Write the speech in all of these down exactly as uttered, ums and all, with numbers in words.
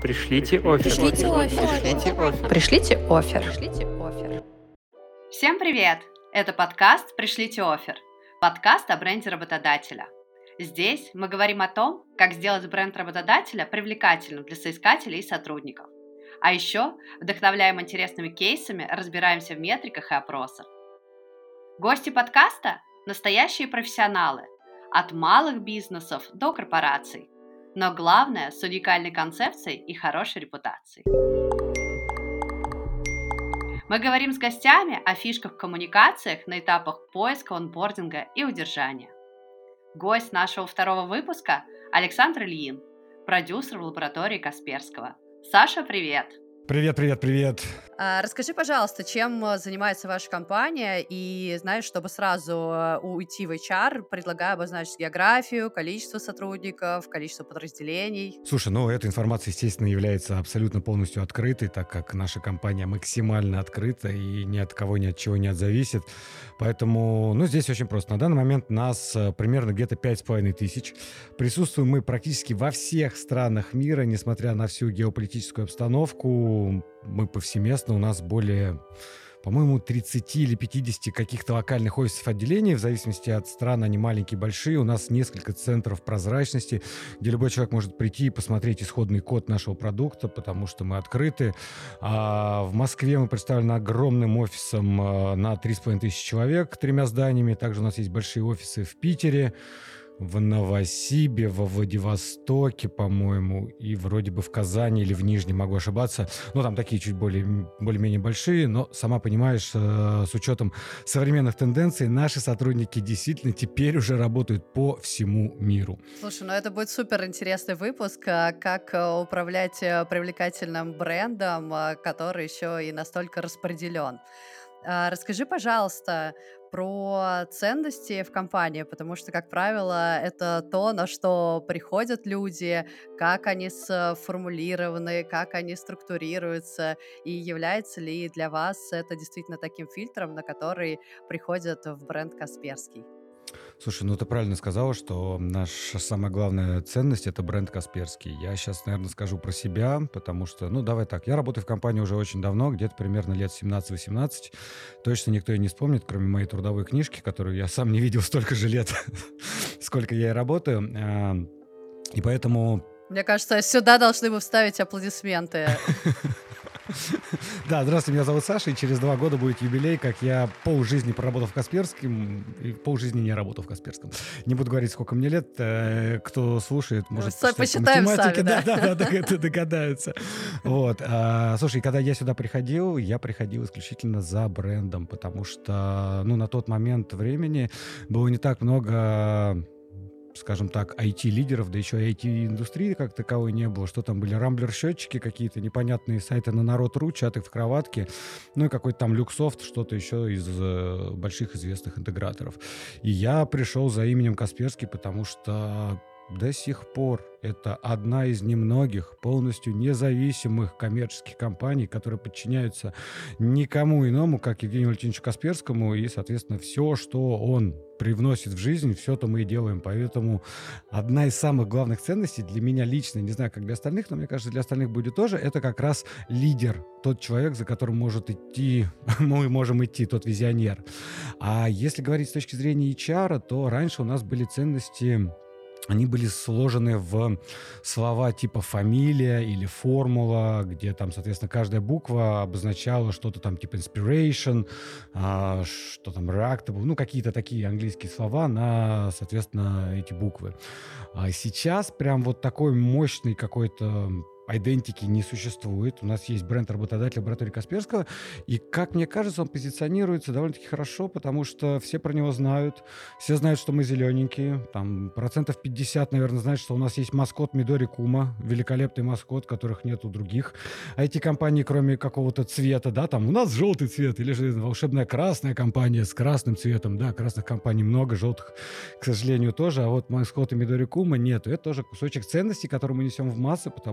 Пришлите офер. Пришлите офер. Пришлите офер. Пришлите офер. Пришлите офер. Всем привет! Это подкаст «Пришлите офер», подкаст о бренде работодателя. Здесь мы говорим о том, как сделать бренд работодателя привлекательным для соискателей и сотрудников. А еще вдохновляем интересными кейсами, разбираемся в метриках и опросах. Гости подкаста – настоящие профессионалы, от малых бизнесов до корпораций. Но главное – с уникальной концепцией и хорошей репутацией. Мы говорим с гостями о фишках в коммуникациях на этапах поиска, онбординга и удержания. Гость нашего второго выпуска – Александр Ильин, продюсер в лаборатории Касперского. Саша, привет! Привет, привет, привет. А, расскажи, пожалуйста, чем занимается ваша компания, и, знаешь, чтобы сразу уйти в эйч ар, предлагаю обозначить географию, количество сотрудников, количество подразделений. Слушай, ну, эта информация, естественно, является абсолютно полностью открытой, так как наша компания максимально открыта и ни от кого, ни от чего не зависит. Поэтому, ну, здесь очень просто. На данный момент нас примерно где-то пять с половиной тысяч. Присутствуем мы практически во всех странах мира, несмотря на всю геополитическую обстановку. Мы повсеместно, у нас более, по-моему, тридцать или пятьдесят каких-то локальных офисов отделений, в зависимости от стран, они маленькие, большие. У нас несколько центров прозрачности, где любой человек может прийти и посмотреть исходный код нашего продукта, потому что мы открыты. А в Москве мы представлены огромным офисом на три с половиной тысячи человек, тремя зданиями. Также у нас есть большие офисы в Питере, в Новосибе, во Владивостоке, по-моему, и вроде бы в Казани или в Нижнем, могу ошибаться. Ну, там такие чуть более, более-менее большие, но, сама понимаешь, с учетом современных тенденций, наши сотрудники действительно теперь уже работают по всему миру. Слушай, ну это будет супер интересный выпуск, как управлять привлекательным брендом, который еще и настолько распределен. Расскажи, пожалуйста, про ценности в компании, потому что, как правило, это то, на что приходят люди, как они сформулированы, как они структурируются, и является ли для вас это действительно таким фильтром, на который приходят в бренд Касперский? Слушай, ну ты правильно сказала, что наша самая главная ценность — это бренд Касперский. Я сейчас, наверное, скажу про себя, потому что, ну давай так, я работаю в компании уже очень давно, где-то примерно лет семнадцать-восемнадцать. Точно никто и не вспомнит, кроме моей трудовой книжки, которую я сам не видел столько же лет, сколько я и работаю. И поэтому... Мне кажется, сюда должны бы вставить аплодисменты. Да, здравствуйте, меня зовут Саша, и через два года будет юбилей, как я полжизни проработал в Касперском, и полжизни не работал в Касперском. Не буду говорить, сколько мне лет, кто слушает, может посчитать по математике. Да, да, да, это догадаются. Вот. Слушай, когда я сюда приходил, я приходил исключительно за брендом, потому что, ну, на тот момент времени было не так много, скажем так, ай ти-лидеров, да еще и ай ти-индустрии как таковой не было. Что там были? Рамблер-счетчики, какие-то непонятные сайты на народ.ру, чаты в кроватке, ну и какой-то там Люксофт, что-то еще из э, больших известных интеграторов. И я пришел за именем Касперский, потому что до сих пор это одна из немногих полностью независимых коммерческих компаний, которые подчиняются никому иному, как Евгению Валентиновичу Касперскому, и, соответственно, все, что он привносит в жизнь, все это мы и делаем. Поэтому одна из самых главных ценностей для меня лично, не знаю, как для остальных, но мне кажется, для остальных будет тоже, это как раз лидер, тот человек, за которым может идти, мы можем идти, тот визионер. А если говорить с точки зрения эйч ар, то раньше у нас были ценности... Они были сложены в слова типа фамилия или формула, где там, соответственно, каждая буква обозначала что-то там типа inspiration, а, что там reactable, ну, какие-то такие английские слова на, соответственно, эти буквы. А сейчас прям вот такой мощный какой-то идентики не существует. У нас есть бренд работодателя лаборатории Касперского, и, как мне кажется, он позиционируется довольно-таки хорошо, потому что все про него знают, все знают, что мы зелененькие, там процентов пятьдесят, наверное, знают, что у нас есть маскот Мидори Кума, великолепный маскот, которых нет у других ай ти-компаний, кроме какого-то цвета, да, там у нас желтый цвет, или же волшебная красная компания с красным цветом, да, красных компаний много, желтых, к сожалению, тоже, а вот маскота Мидори Кума нет. Это тоже кусочек ценностей, который мы несем в массы, потому что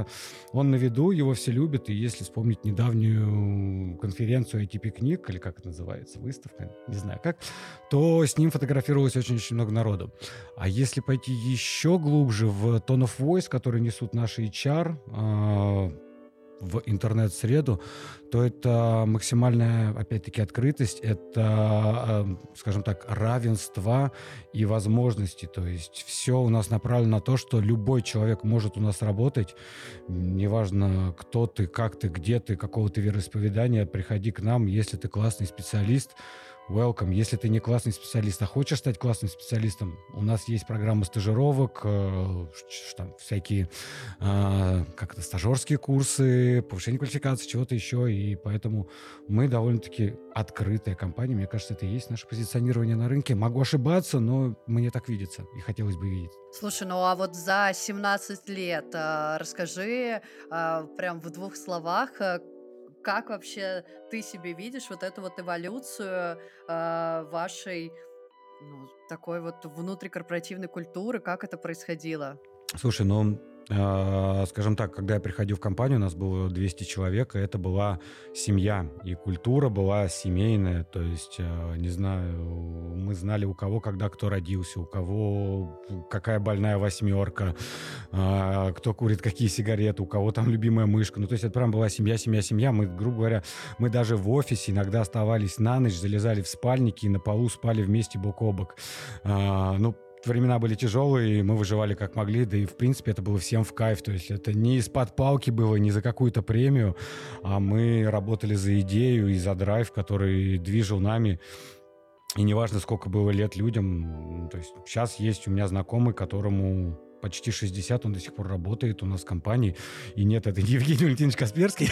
он на виду, его все любят, и если вспомнить недавнюю конференцию ай ти Picnic, или как это называется, выставка, не знаю как, то с ним фотографировалось очень-очень много народу. А если пойти еще глубже в tone of voice, который несут наши эйч ар, э, в интернет-среду, то это максимальная, опять-таки, открытость, это, э, скажем так, равенство и возможности. То есть все у нас направлено на то, что любой человек может у нас работать. Неважно, кто ты, как ты, где ты, какого ты вероисповедания, приходи к нам, если ты классный специалист. Welcome. Если ты не классный специалист, а хочешь стать классным специалистом, у нас есть программа стажировок, э, ш- там всякие э, как это, стажерские курсы, повышение квалификации, чего-то еще. И поэтому мы довольно-таки открытая компания. Мне кажется, это и есть наше позиционирование на рынке. Могу ошибаться, но мне так видится и хотелось бы видеть. Слушай, ну а вот за семнадцать лет а, расскажи а, прям в двух словах, а, как вообще ты себе видишь вот эту вот эволюцию а, вашей, ну, такой вот внутрикорпоративной культуры, как это происходило? Слушай, ну, э, скажем так, когда я приходил в компанию, у нас было двести человек, и это была семья, и культура была семейная, то есть, э, не знаю, мы знали, у кого когда кто родился, у кого какая больная восьмерка, э, кто курит какие сигареты, у кого там любимая мышка, ну, то есть это прям была семья, семья, семья, мы, грубо говоря, мы даже в офисе иногда оставались на ночь, залезали в спальники и на полу спали вместе бок о бок. Э, ну, Времена были тяжелые, и мы выживали как могли, да и, в принципе, это было всем в кайф. То есть это не из-под палки было, не за какую-то премию, а мы работали за идею и за драйв, который движил нами. И неважно, сколько было лет людям. То есть сейчас есть у меня знакомый, которому почти шестьдесят, он до сих пор работает у нас в компании. И нет, это не Евгений Валентинович Касперский,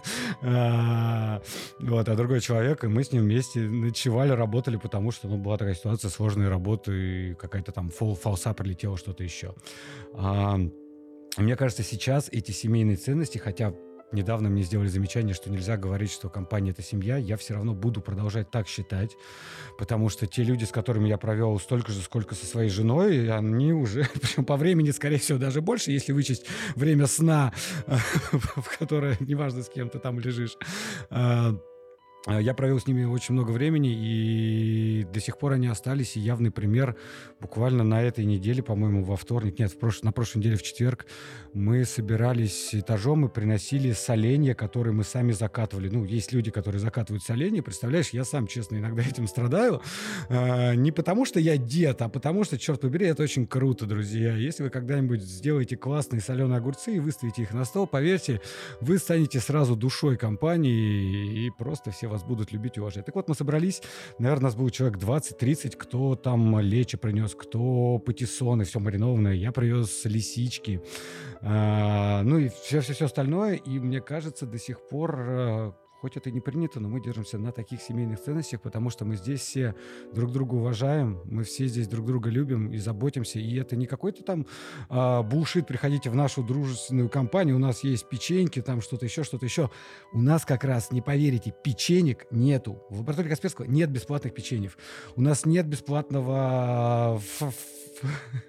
а, вот, а другой человек. И мы с ним вместе ночевали, работали, потому что ну, была такая ситуация, сложные работы, какая-то там фол- фалса прилетела, что-то еще. А, Мне кажется, сейчас эти семейные ценности, хотя недавно мне сделали замечание, что нельзя говорить, что компания — это семья, я все равно буду продолжать так считать, потому что те люди, с которыми я провел столько же, сколько со своей женой, они уже, причем по времени, скорее всего, даже больше, если вычесть время сна, в которое, неважно, с кем ты там лежишь, а, а, я провел с ними очень много времени, и до сих пор они остались. И явный пример буквально на этой неделе, по-моему, во вторник, нет, в прош... на прошлой неделе в четверг, мы собирались этажом и приносили соленья, которые мы сами закатывали. Ну, есть люди, которые закатывают соленья, представляешь, я сам, честно, иногда этим страдаю. А, не потому что я дед, а потому что, черт побери, это очень круто, друзья. Если вы когда-нибудь сделаете классные соленые огурцы и выставите их на стол, поверьте, вы станете сразу душой компании, и просто все вас будут любить и уважать. Так вот, мы собрались, наверное, нас было человек двадцать-тридцать, кто там лечо принес, кто патиссоны, все маринованное, я привез лисички, а, ну и все-все-все остальное, и мне кажется, до сих пор, а, хоть это и не принято, но мы держимся на таких семейных ценностях, потому что мы здесь все друг друга уважаем, мы все здесь друг друга любим и заботимся, и это не какой-то там а, булшит, приходите в нашу дружественную компанию, у нас есть печеньки, там что-то еще, что-то еще. У нас как раз, не поверите, печенек нету. В лаборатории Касперского нет бесплатных печеньев. У нас нет бесплатного... ф- ф-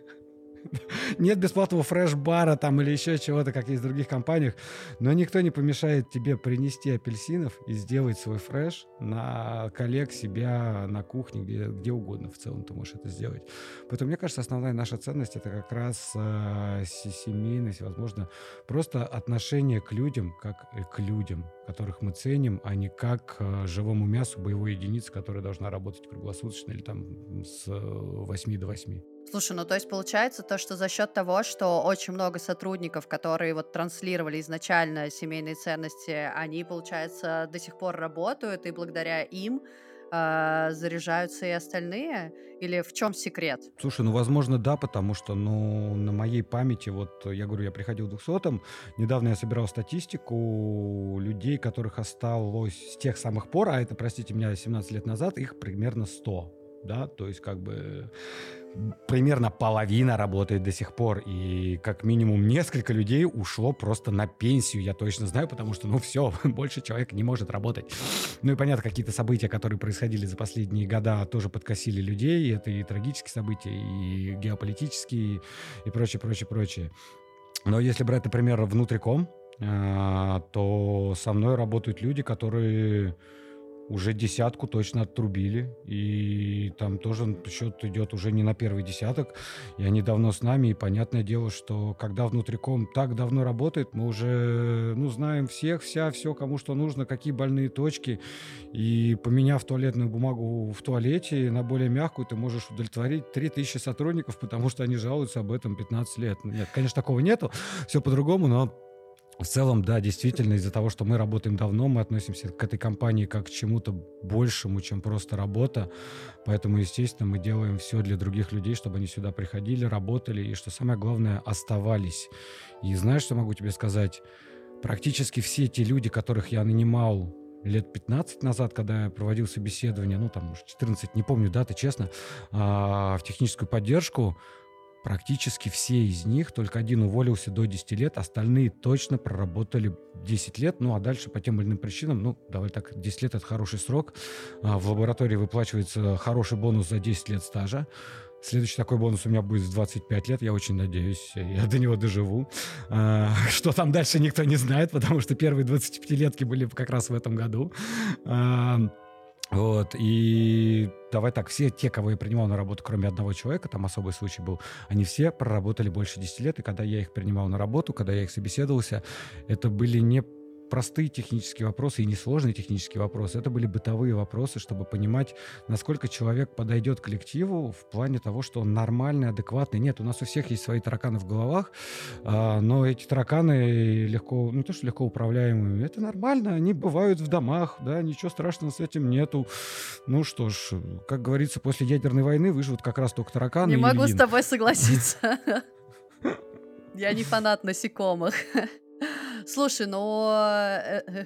Нет бесплатного фреш-бара там или еще чего-то, как есть в других компаниях, но никто не помешает тебе принести апельсинов и сделать свой фреш на коллег, себя на кухне, где, где угодно в целом ты можешь это сделать. Поэтому, мне кажется, основная наша ценность — это как раз э, се- семейность, возможно, просто отношение к людям, как э, к людям, которых мы ценим, а не как э, живому мясу боевой единицы, которая должна работать круглосуточно или там с э, восьми до восьми. Слушай, ну то есть получается то, что за счет того, что очень много сотрудников, которые вот транслировали изначально семейные ценности, они, получается, до сих пор работают, и благодаря им а, заряжаются и остальные? Или в чем секрет? Слушай, ну, возможно, да, потому что, ну, на моей памяти, вот, я говорю, я приходил в двухсотом, недавно я собирал статистику людей, которых осталось с тех самых пор, а это, простите меня, семнадцать лет назад, их примерно сто, да, то есть, как бы, м, примерно половина работает до сих пор, и как минимум несколько людей ушло просто на пенсию, я точно знаю, потому что, ну, все, больше человек не может работать. Ну и понятно, какие-то события, которые происходили за последние года, тоже подкосили людей. Это и трагические события, и геополитические, и прочее, прочее, прочее. Но если брать, например, внутриком, а, то со мной работают люди, которые уже десятку точно отрубили, и там тоже счет идет уже не на первый десяток, и они давно с нами, и понятное дело, что когда внутриком так давно работает, мы уже, ну, знаем всех, вся, все, кому что нужно, какие больные точки, и поменяв туалетную бумагу в туалете на более мягкую, ты можешь удовлетворить три тысячи сотрудников, потому что они жалуются об этом пятнадцать лет. Нет, конечно, такого нету, все по-другому, но в целом, да, действительно, из-за того, что мы работаем давно, мы относимся к этой компании как к чему-то большему, чем просто работа. Поэтому, естественно, мы делаем все для других людей, чтобы они сюда приходили, работали и, что самое главное, оставались. И знаешь, что могу тебе сказать? Практически все те люди, которых я нанимал лет пятнадцать назад, когда я проводил собеседование, ну, там, может, четырнадцать, не помню даты, честно, а, в техническую поддержку, практически все из них, только один уволился до десяти лет, остальные точно проработали десять лет, ну а дальше по тем или иным причинам, ну давай так, десять лет это хороший срок, А, в лаборатории выплачивается хороший бонус за десять лет стажа. Следующий такой бонус у меня будет в двадцать пять лет, я очень надеюсь, я до него доживу. А, Что там дальше, никто не знает, потому что первые двадцатипятилетки были как раз в этом году. А, Вот, и давай так, все те, кого я принимал на работу, кроме одного человека, там особый случай был, они все проработали больше десяти лет, и когда я их принимал на работу, когда я их собеседовался, это были не простые технические вопросы и несложные технические вопросы, это были бытовые вопросы, чтобы понимать, насколько человек подойдет к коллективу в плане того, что он нормальный, адекватный. Нет, у нас у всех есть свои тараканы в головах, а, но эти тараканы легко, ну не то, что легко управляемые, это нормально, они бывают в домах, да, ничего страшного с этим нету. Ну что ж, как говорится, после ядерной войны выживут как раз только тараканы Не и могу с львин. тобой согласиться. Я не фанат насекомых. Слушай, ну... э, э,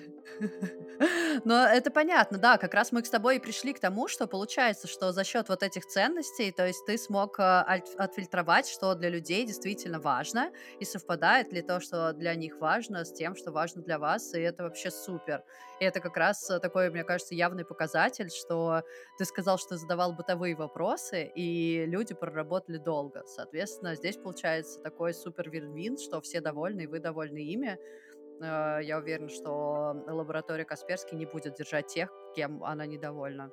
Но это понятно, да, как раз мы с тобой и пришли к тому, что получается, что за счет вот этих ценностей, то есть ты смог э, альт- отфильтровать, что для людей действительно важно, и совпадает ли то, что для них важно, с тем, что важно для вас, и это вообще супер. И это как раз э, такой, мне кажется, явный показатель, что ты сказал, что задавал бытовые вопросы, и люди проработали долго. Соответственно, здесь получается такой супер вин-вин, что все довольны, и вы довольны ими. Э, Я уверена, что лаборатория Касперский не будет держать тех, кем она недовольна.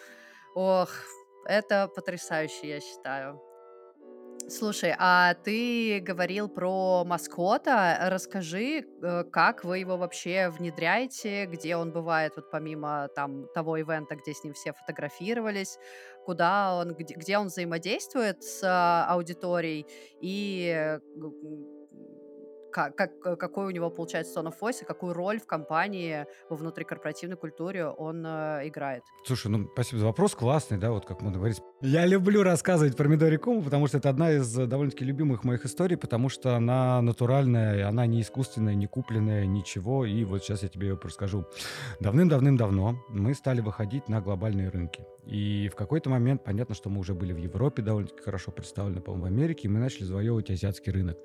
Ох, это потрясающе, я считаю. Слушай, а ты говорил про маскота. Расскажи, э, как вы его вообще внедряете, где он бывает, вот помимо там того ивента, где с ним все фотографировались, куда он, где, где он взаимодействует с а, аудиторией и э, г- м, как, как, э, какой у него получается tone of voice и какую роль в компании во внутрикорпоративной культуре он э, играет. Слушай, ну спасибо за вопрос, классный, да, вот как можно говорить. Я люблю рассказывать про Мидорикому, потому что это одна из э, довольно-таки любимых моих историй, потому что она натуральная, она не искусственная, не купленная, ничего, и вот сейчас я тебе ее расскажу. Давным-давным-давно мы стали выходить на глобальные рынки, и в какой-то момент, понятно, что мы уже были в Европе довольно-таки хорошо представлены, по-моему, в Америке, и мы начали завоевывать азиатский рынок.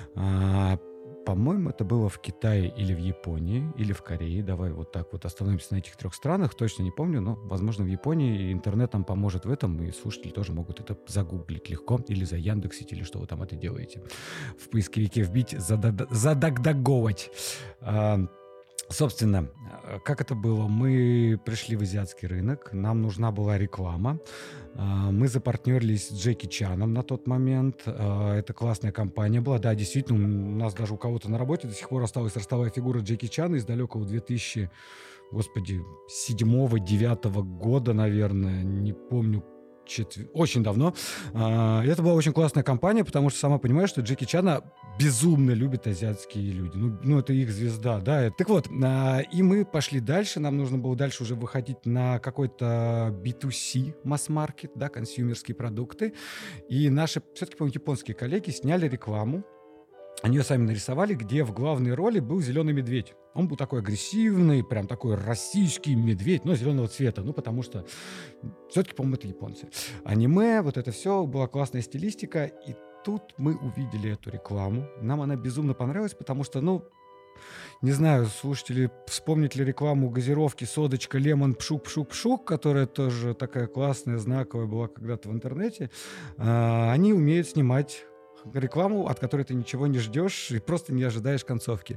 А, По-моему, это было в Китае или в Японии, или в Корее. Давай вот так вот остановимся на этих трех странах. Точно не помню, но, возможно, в Японии. И интернет нам поможет в этом, и слушатели тоже могут это загуглить легко, или заяндексить, или что вы там это делаете. В поисковике вбить, зада- задагдаговать. А, Собственно, э, как это было? Мы пришли в азиатский рынок, нам нужна была реклама. А, Мы запартнерились с Джеки Чаном на тот момент. А, Это классная компания была. Да, действительно, у нас даже у кого-то на работе до сих пор осталась ростовая фигура Джеки Чана из далекого две тысячи, господи, седьмого-девятого года, наверное, не помню, четв- очень давно. А, и Это была очень классная компания, потому что сама понимаешь, что Джеки Чана безумно любят азиатские люди. Ну, ну, это их звезда, да. Так вот, а, и мы пошли дальше. Нам нужно было дальше уже выходить на какой-то би ту си масс-маркет, да, консюмерские продукты. И наши, все-таки, по-моему, японские коллеги сняли рекламу. Они ее сами нарисовали, где в главной роли был зеленый медведь. Он был такой агрессивный, прям такой российский медведь, но зеленого цвета. Ну, потому что все-таки, по-моему, это японцы. Аниме, вот это все, была классная стилистика. И тут мы увидели эту рекламу. Нам она безумно понравилась, потому что, ну, не знаю, слушатели вспомнят ли рекламу газировки «Содочка Лемон Пшук-Пшук-Пшук», которая тоже такая классная, знаковая была когда-то в интернете. А, Они умеют снимать рекламу, от которой ты ничего не ждешь и просто не ожидаешь концовки.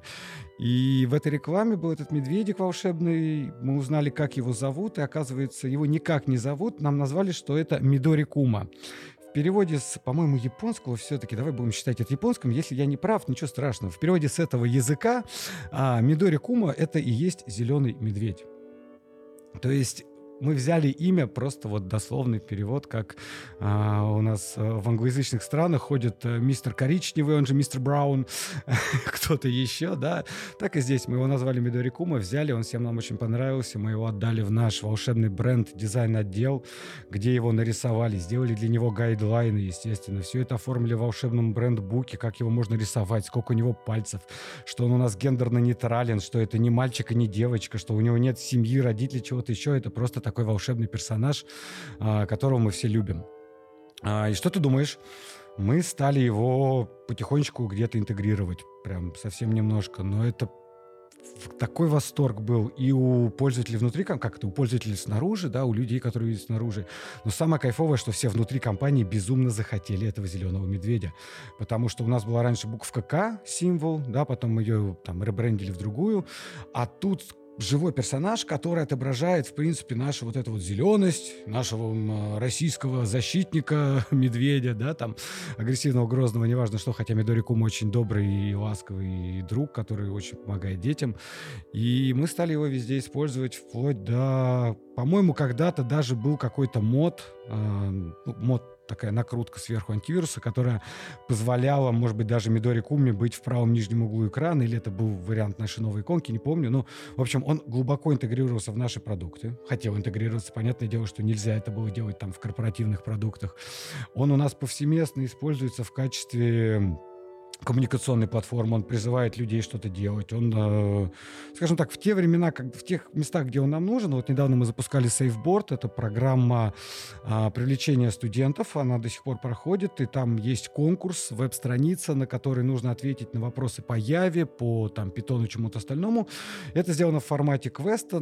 И в этой рекламе был этот медведик волшебный. Мы узнали, как его зовут, и оказывается, его никак не зовут. Нам назвали, что это Мидори Кума. В переводе с, по-моему, японского все-таки, давай будем считать это японским, если я не прав, ничего страшного. В переводе с этого языка а, Мидори Кума — это и есть зеленый медведь. То есть мы взяли имя, просто вот дословный перевод, как а, у нас а, в англоязычных странах ходит а, мистер Коричневый, он же мистер Браун, кто-то еще, да. Так и здесь мы его назвали Мидори Кума, взяли, он всем нам очень понравился, мы его отдали в наш волшебный бренд, дизайн-отдел, где его нарисовали, сделали для него гайдлайны, естественно. Все это оформили в волшебном бренд-буке, как его можно рисовать, сколько у него пальцев, что он у нас гендерно нейтрален, что это не мальчик и не девочка, что у него нет семьи, родителей, чего-то еще. Это просто такой волшебный персонаж, а, которого мы все любим. А, и что ты думаешь? Мы стали его потихонечку где-то интегрировать, прям совсем немножко, но это такой восторг был и у пользователей внутри, как это, у пользователей снаружи, да, у людей, которые видят снаружи. Но самое кайфовое, что все внутри компании безумно захотели этого зеленого медведя, потому что у нас была раньше буковка К, символ, да, потом мы ее там ребрендили в другую, а тут живой персонаж, который отображает, в принципе, нашу вот эту вот зеленость, нашего м, российского защитника, медведя, да, там, агрессивного, грозного, неважно что, хотя Мидори Кума очень добрый и ласковый друг, который очень помогает детям. И мы стали его везде использовать, вплоть до, по-моему, когда-то даже был какой-то мод, э, ну, мод, такая накрутка сверху антивируса, которая позволяла, может быть, даже Мидори Куме быть в правом нижнем углу экрана, или это был вариант нашей новой иконки, не помню. Ну, в общем, он глубоко интегрировался в наши продукты. Хотел интегрироваться. Понятное дело, что нельзя это было делать там в корпоративных продуктах. Он у нас повсеместно используется в качестве коммуникационной платформы, он призывает людей что-то делать. Он, э, скажем так, в те времена, как, в тех местах, где он нам нужен, вот недавно мы запускали Сейфборд, это программа э, привлечения студентов, она до сих пор проходит, и там есть конкурс, веб-страница, на которой нужно ответить на вопросы по Яве, по там, Питону, чему-то остальному. Это сделано в формате квеста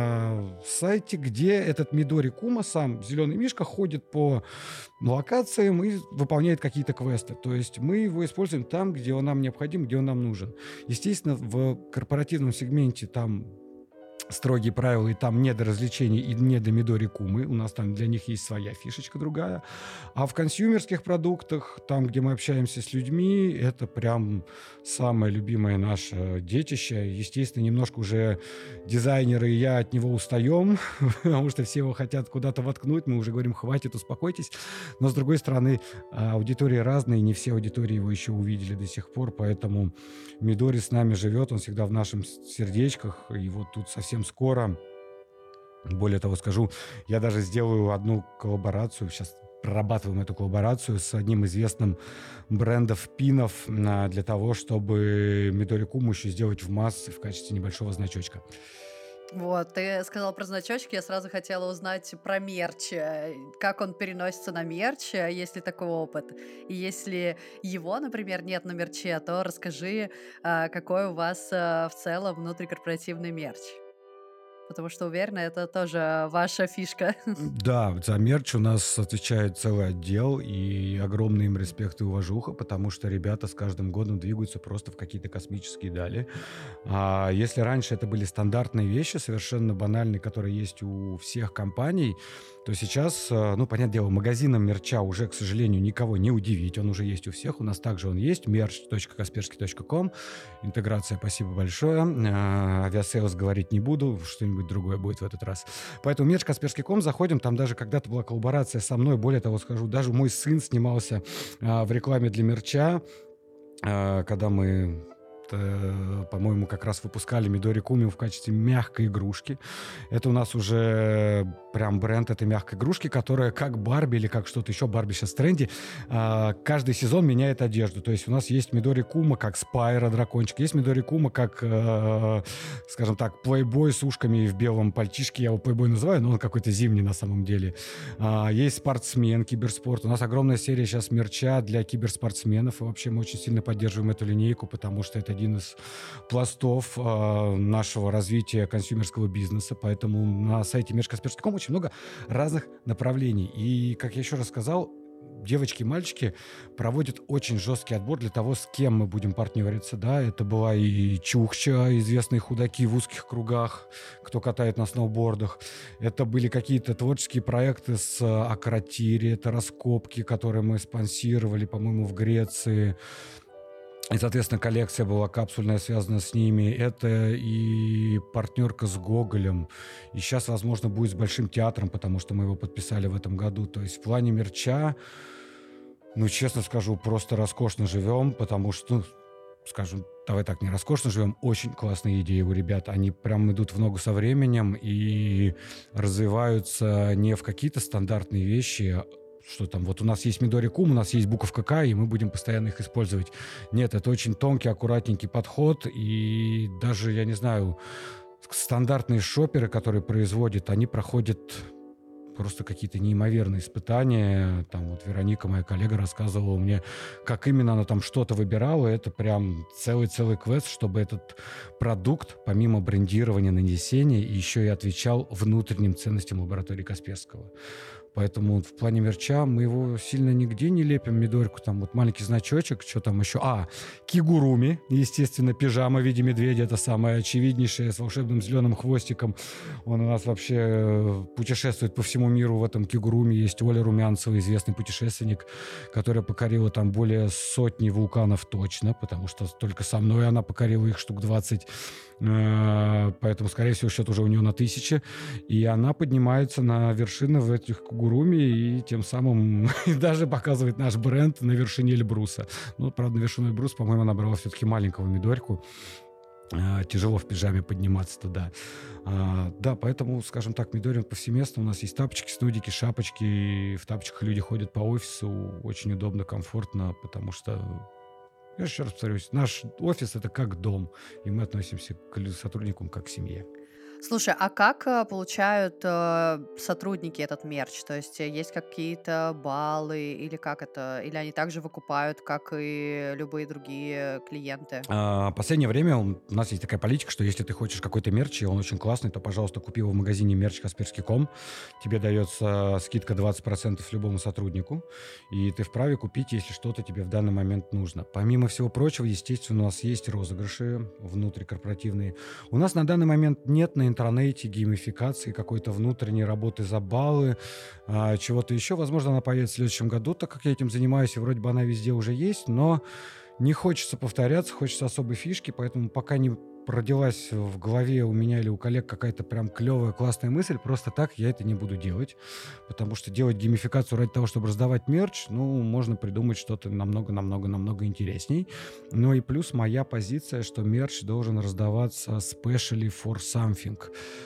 на сайте, где этот Мидори Кума, сам зеленый мишка, ходит по локациям и выполняет какие-то квесты. То есть мы его используем там, где он нам необходим, где он нам нужен. Естественно, в корпоративном сегменте там строгие правила, и там не до развлечений, и не до Мидори Кумы. У нас там для них есть своя фишечка другая. А в консюмерских продуктах, там, где мы общаемся с людьми, это прям самое любимое наше детище. Естественно, немножко уже дизайнеры и я от него устаем, потому что все его хотят куда-то воткнуть. Мы уже говорим, хватит, успокойтесь. Но, с другой стороны, аудитории разные, не все аудитории его еще увидели до сих пор, поэтому Мидори с нами живет, он всегда в наших сердечках, и вот тут совсем скоро, более того скажу, я даже сделаю одну коллаборацию, сейчас прорабатываем эту коллаборацию с одним известным брендом пинов а, для того, чтобы Мидори Куму еще сделать в массы в качестве небольшого значочка. Вот, ты сказал про значочки, я сразу хотела узнать про мерч, э, как он переносится на мерч, э, есть ли такой опыт. И если его, например, нет на мерче, то расскажи, а, какой у вас э, в целом внутрикорпоративный мерч. Потому что, уверена, это тоже ваша фишка. Да, за мерч у нас отвечает целый отдел, и огромный им респект и уважуха, потому что ребята с каждым годом двигаются просто в какие-то космические дали. А если раньше это были стандартные вещи, совершенно банальные, которые есть у всех компаний, то сейчас, э, ну, понятное дело, магазином мерча уже, к сожалению, никого не удивить. Он уже есть у всех. У нас также он есть. мерч точка касперский точка ком. Интеграция, спасибо большое. Э, Авиасейлс говорить не буду. Что-нибудь другое будет в этот раз. Поэтому мерч касперский точка ком заходим. Там даже когда-то была коллаборация со мной. Более того, скажу, даже мой сын снимался э, в рекламе для мерча, э, когда мы... э, по-моему, как раз выпускали Мидори Куму в качестве мягкой игрушки. Это у нас уже прям бренд этой мягкой игрушки, которая как Барби или как что-то еще, Барби сейчас в тренде, а, каждый сезон меняет одежду. То есть у нас есть Мидори Кума как Спайро, дракончик, есть Мидори Кума как, э, скажем так, плейбой с ушками в белом пальтишке, я его плейбой называю, но он какой-то зимний на самом деле. А, есть спортсмен, киберспорт. У нас огромная серия сейчас мерча для киберспортсменов, и вообще мы очень сильно поддерживаем эту линейку, потому что это один из пластов э, нашего развития консюмерского бизнеса, поэтому на сайте мерч точка касперский точка ком очень много разных направлений. И, как я еще раз сказал, девочки и мальчики проводят очень жесткий отбор для того, с кем мы будем партнериться, да, это была и Чукча, известные худаки в узких кругах, кто катает на сноубордах, это были какие-то творческие проекты с Акротири, это раскопки, которые мы спонсировали, по-моему, в Греции, и, соответственно, коллекция была капсульная, связана с ними. Это и партнерка с Гоголем. И сейчас, возможно, будет с Большим театром, потому что мы его подписали в этом году. То есть в плане мерча, ну, честно скажу, просто роскошно живем, потому что, ну, скажем, давай так, не роскошно живем, очень классные идеи у ребят. Они прям идут в ногу со временем и развиваются не в какие-то стандартные вещи, что там, вот у нас есть Midori Kum, у нас есть буковка К, и мы будем постоянно их использовать. Нет, это очень тонкий, аккуратненький подход, и даже, я не знаю, стандартные шоперы, которые производят, они проходят просто какие-то неимоверные испытания. Там вот Вероника, моя коллега, рассказывала мне, как именно она там что-то выбирала. Это прям целый-целый квест, чтобы этот продукт, помимо брендирования, нанесения, еще и отвечал внутренним ценностям лаборатории Касперского. Поэтому в плане мерча мы его сильно нигде не лепим, Мидорьку, там вот маленький значочек, что там еще? А, кигуруми, естественно, пижама в виде медведя, это самое очевиднейшее, с волшебным зеленым хвостиком. Он у нас вообще путешествует по всему миру в этом кигуруми. Есть Оля Румянцева, известный путешественник, которая покорила там более сотни вулканов точно, потому что только со мной она покорила их штук двадцать. Поэтому, скорее всего, счет уже у нее на тысячи. И она поднимается на вершины в этих кигуруми и тем самым даже показывает наш бренд на вершине Эльбруса. Ну, правда, на вершину Эльбруса, по-моему, она брала все-таки маленького Мидорьку. Тяжело в пижаме подниматься туда. А, да, поэтому, скажем так, Мидори повсеместно. У нас есть тапочки, снудики, шапочки. И в тапочках люди ходят по офису. Очень удобно, комфортно, потому что... Я еще раз повторюсь, наш офис — это как дом, и мы относимся к сотрудникам как к семье. Слушай, а как э, получают э, сотрудники этот мерч? То есть э, есть какие-то баллы или как это? Или они также выкупают, как и любые другие клиенты? А, последнее время у нас есть такая политика, что если ты хочешь какой-то мерч, и он очень классный, то, пожалуйста, купи его в магазине мерч касперский точка ком. Тебе дается скидка двадцать процентов любому сотруднику, и ты вправе купить, если что-то тебе в данный момент нужно. Помимо всего прочего, естественно, у нас есть розыгрыши внутрикорпоративные. У нас на данный момент нет на интернете геймификации, какой-то внутренней работы за баллы, а, чего-то еще. Возможно, она появится в следующем году, так как я этим занимаюсь, и вроде бы она везде уже есть, но не хочется повторяться, хочется особой фишки, поэтому пока не родилась в голове у меня или у коллег какая-то прям клевая, классная мысль, просто так я это не буду делать, потому что делать геймификацию ради того, чтобы раздавать мерч, ну, можно придумать что-то намного-намного-намного интересней. Ну и плюс моя позиция, что мерч должен раздаваться specially for something.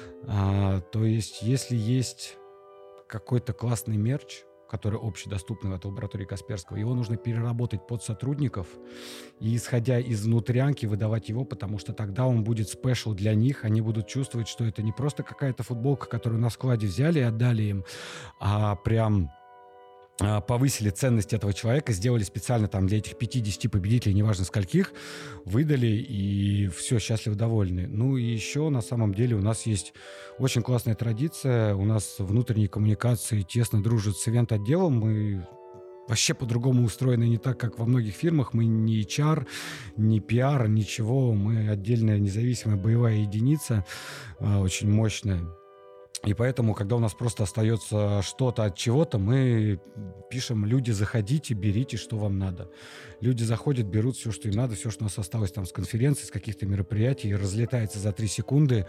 А, то есть, если есть какой-то классный мерч, который общедоступный в этой лаборатории Касперского, его нужно переработать под сотрудников и, исходя из внутрянки, выдавать его, потому что тогда он будет спешл для них, они будут чувствовать, что это не просто какая-то футболка, которую на складе взяли и отдали им, а прям повысили ценность этого человека, сделали специально там для этих пятидесяти победителей, неважно скольких, выдали, и все, счастливы, довольны. Ну и еще на самом деле у нас есть очень классная традиция, у нас внутренние коммуникации тесно дружат с ивент-отделом, мы вообще по-другому устроены, не так, как во многих фирмах, мы не эйч ар, не пи ар, ничего, мы отдельная независимая боевая единица, очень мощная. И поэтому, когда у нас просто остается что-то от чего-то, мы пишем: люди, заходите, берите, что вам надо. Люди заходят, берут все, что им надо, все, что у нас осталось там с конференций, с каких-то мероприятий, разлетается за три секунды,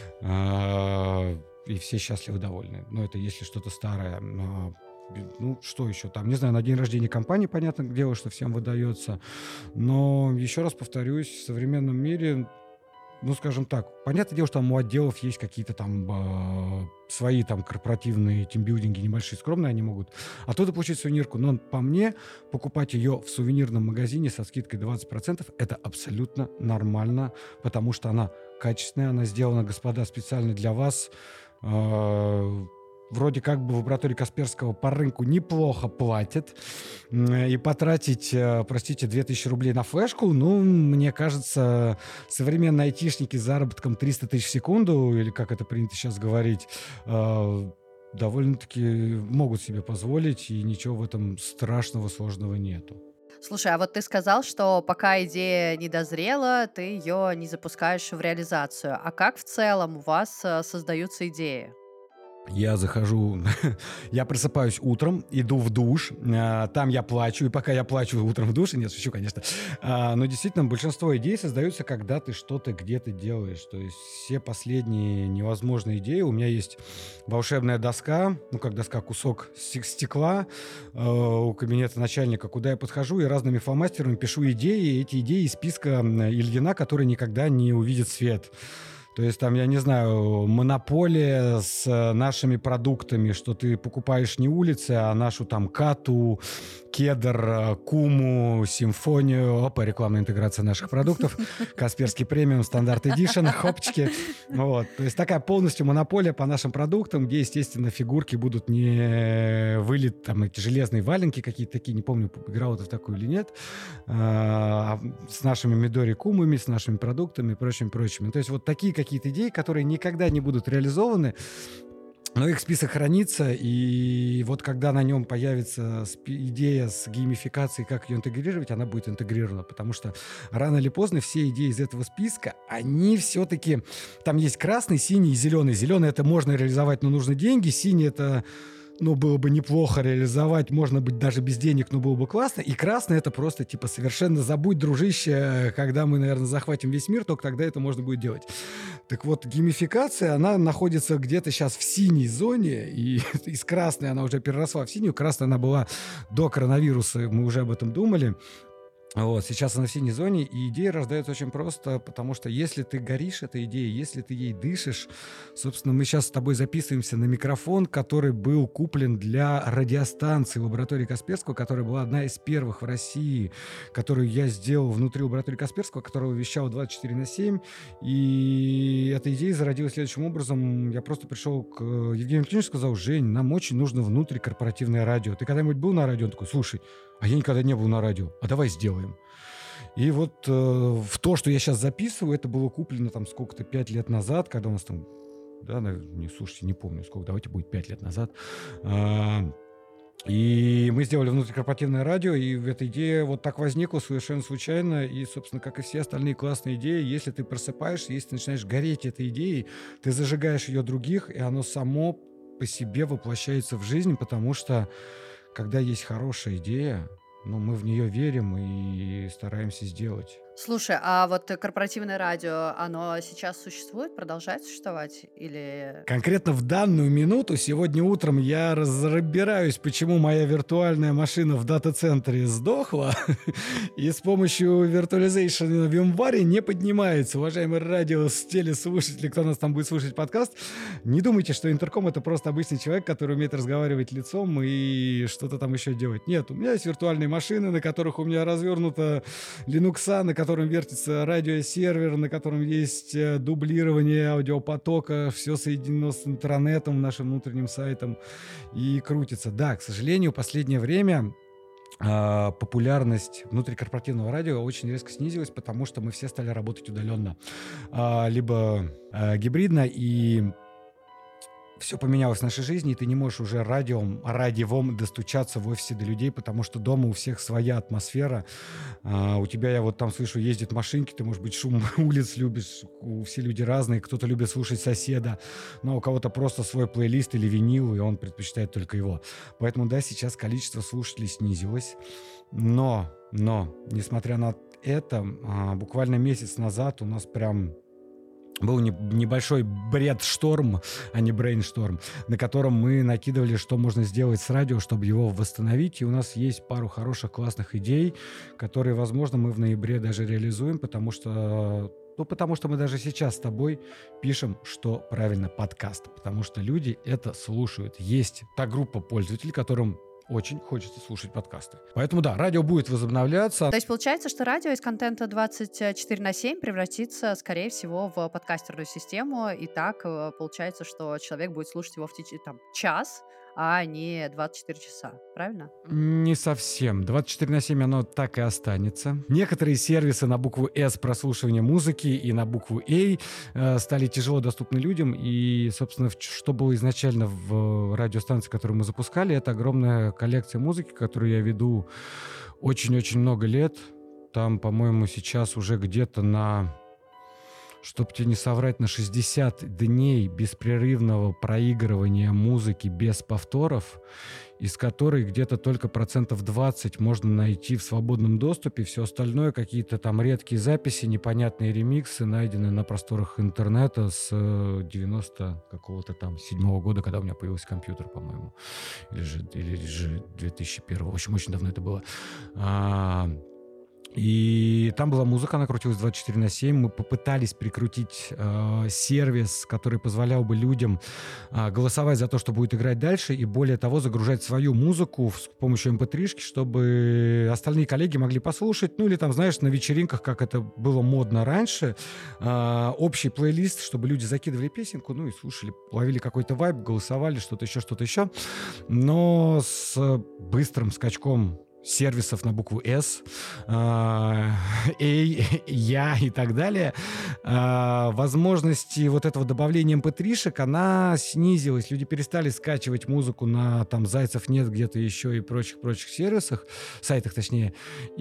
и все счастливы, довольны. Ну, это если что-то старое. Ну, что еще там? Не знаю, на день рождения компании, понятное дело, что всем выдается. Но, еще раз повторюсь, в современном мире... Ну, скажем так, понятное дело, что там у отделов есть какие-то там э, свои там корпоративные тимбилдинги, небольшие, скромные они могут оттуда получить сувенирку, но по мне покупать ее в сувенирном магазине со скидкой двадцать процентов это абсолютно нормально, потому что она качественная, она сделана, господа, специально для вас. Э, Вроде как бы в лаборатории Касперского по рынку неплохо платят. И потратить, простите, две тысячи рублей на флешку, ну, мне кажется, современные айтишники с заработком триста тысяч в секунду, или как это принято сейчас говорить, довольно-таки могут себе позволить, и ничего в этом страшного, сложного нету. Слушай, а вот ты сказал, что пока идея не дозрела, ты ее не запускаешь в реализацию. А как в целом у вас э, создаются идеи? Я захожу, я просыпаюсь утром, иду в душ, а, там я плачу, и пока я плачу утром в душе, нет, шучу, конечно, а, но действительно большинство идей создаются, когда ты что-то где-то делаешь, то есть все последние невозможные идеи, у меня есть волшебная доска, ну, как доска, кусок стек- стекла э, у кабинета начальника, куда я подхожу и разными фломастерами пишу идеи, эти идеи из списка м, Ильина, который никогда не увидит свет. То есть там, я не знаю, монополия с э, нашими продуктами, что ты покупаешь не улицы, а нашу там Кату, Кедр, э, Куму, Симфонию. Опа, рекламная интеграция наших продуктов. Касперский премиум, стандарт эдишн, хопчики. Вот. То есть такая полностью монополия по нашим продуктам, где, естественно, фигурки будут не вылет, там эти железные валенки какие-то такие, не помню, играл ты в такую или нет, а, с нашими Мидори Кумами, с нашими продуктами и прочими, прочими. То есть вот такие какие-то идеи, которые никогда не будут реализованы, но их список хранится, и вот когда на нем появится спи- идея с геймификацией, как ее интегрировать, она будет интегрирована, потому что рано или поздно все идеи из этого списка, они все-таки... Там есть красный, синий и зеленый. Зеленый — это можно реализовать, но нужны деньги. Синий — это... ну, было бы неплохо реализовать, можно быть даже без денег, но было бы классно. И красный — это просто, типа, совершенно забудь, дружище, когда мы, наверное, захватим весь мир, только тогда это можно будет делать. Так вот, геймификация, она находится где-то сейчас в синей зоне, и из красной она уже переросла в синюю. Красная она была до коронавируса, мы уже об этом думали. Вот, сейчас она в синей зоне, и идея рождается очень просто, потому что если ты горишь этой идеей, если ты ей дышишь, собственно, мы сейчас с тобой записываемся на микрофон, который был куплен для радиостанции лаборатории Касперского, которая была одна из первых в России, которую я сделал внутри лаборатории Касперского, которого вещал двадцать четыре на семь, и эта идея зародилась следующим образом. Я просто пришел к Евгению Евгеньевичу и сказал: Жень, нам очень нужно внутрикорпоративное радио. Ты когда-нибудь был на радио? Он такой: слушай, а я никогда не был на радио, а давай сделаем. И вот э, в то, что я сейчас записываю, это было куплено там сколько-то, пять лет назад, когда у нас там, да, наверное, не, слушайте, не помню сколько, давайте будет пять лет назад. А, и мы сделали внутрикорпоративное радио, и эта идея вот так возникла совершенно случайно, и, собственно, как и все остальные классные идеи, если ты просыпаешься, если ты начинаешь гореть этой идеей, ты зажигаешь ее других, и оно само по себе воплощается в жизнь, потому что когда есть хорошая идея, ну, мы в нее верим и стараемся сделать. Слушай, а вот э, корпоративное радио, оно сейчас существует, продолжает существовать? Или... Конкретно в данную минуту, сегодня утром я разбираюсь, почему моя виртуальная машина в дата-центре сдохла, и с помощью виртуализейшена в январе не поднимается. Уважаемые радио, телеслушатели, кто нас там будет слушать подкаст, не думайте, что интерком — это просто обычный человек, который умеет разговаривать лицом и что-то там еще делать. Нет, у меня есть виртуальные машины, на которых у меня развернута Linux, на котором вертится радиосервер, на котором есть э, дублирование аудиопотока, все соединено с интернетом, нашим внутренним сайтом, и крутится. Да, к сожалению, в последнее время э, популярность внутрикорпоративного радио очень резко снизилась, потому что мы все стали работать удаленно. А, либо э, гибридно, и все поменялось в нашей жизни, и ты не можешь уже радиом, радиовом достучаться в офисе до людей, потому что дома у всех своя атмосфера. А, у тебя, я вот там слышу, ездят машинки, ты, может быть, шум улиц любишь, у- все люди разные, кто-то любит слушать соседа, но у кого-то просто свой плейлист или винил, и он предпочитает только его. Поэтому, да, сейчас количество слушателей снизилось, но, но, несмотря на это, а, буквально месяц назад у нас прям был не- небольшой бред-шторм, а не брейншторм, на котором мы накидывали, что можно сделать с радио, чтобы его восстановить. И у нас есть пару хороших, классных идей, которые, возможно, мы в ноябре даже реализуем, потому что... Ну, потому что мы даже сейчас с тобой пишем, что правильно, подкаст. Потому что люди это слушают. Есть та группа пользователей, которым очень хочется слушать подкасты. Поэтому да, радио будет возобновляться. То есть получается, что радио из контента двадцать четыре на семь превратится, скорее всего, в подкастерную систему, и так э, получается, что человек будет слушать его в течение там, час, а не двадцать четыре часа, правильно? Не совсем. двадцать четыре на семь оно так и останется. Некоторые сервисы на букву S прослушивания музыки и на букву A э, стали тяжело доступны людям. И, собственно, в ч- что было изначально в радиостанции, которую мы запускали, это огромная коллекция музыки, которую я веду очень-очень много лет. Там, по-моему, сейчас уже где-то на, чтоб тебе не соврать, на шестьдесят дней беспрерывного проигрывания музыки без повторов, из которой где-то только процентов двадцать можно найти в свободном доступе. Все остальное какие-то там редкие записи, непонятные ремиксы, найденные на просторах интернета с э, девяносто какого-то там седьмого года, когда у меня появился компьютер, по-моему. Или же, или же две тысячи первого. В общем, очень давно это было. А, и там была музыка, она крутилась двадцать четыре на семь. Мы попытались прикрутить э, сервис, который позволял бы людям э, голосовать за то, что будет играть дальше, и более того, загружать свою музыку с помощью эм пэ три-шки, чтобы остальные коллеги могли послушать. Ну или там, знаешь, на вечеринках, как это было модно раньше, э, общий плейлист, чтобы люди закидывали песенку, ну и слушали, ловили какой-то вайб, голосовали, что-то еще, что-то еще. Но с быстрым скачком сервисов на букву S, а, Эй, Я и так далее, а, возможности вот этого добавления эм пэ три-шек, она снизилась. Люди перестали скачивать музыку на там Зайцев нет где-то еще и прочих-прочих сервисах, сайтах точнее,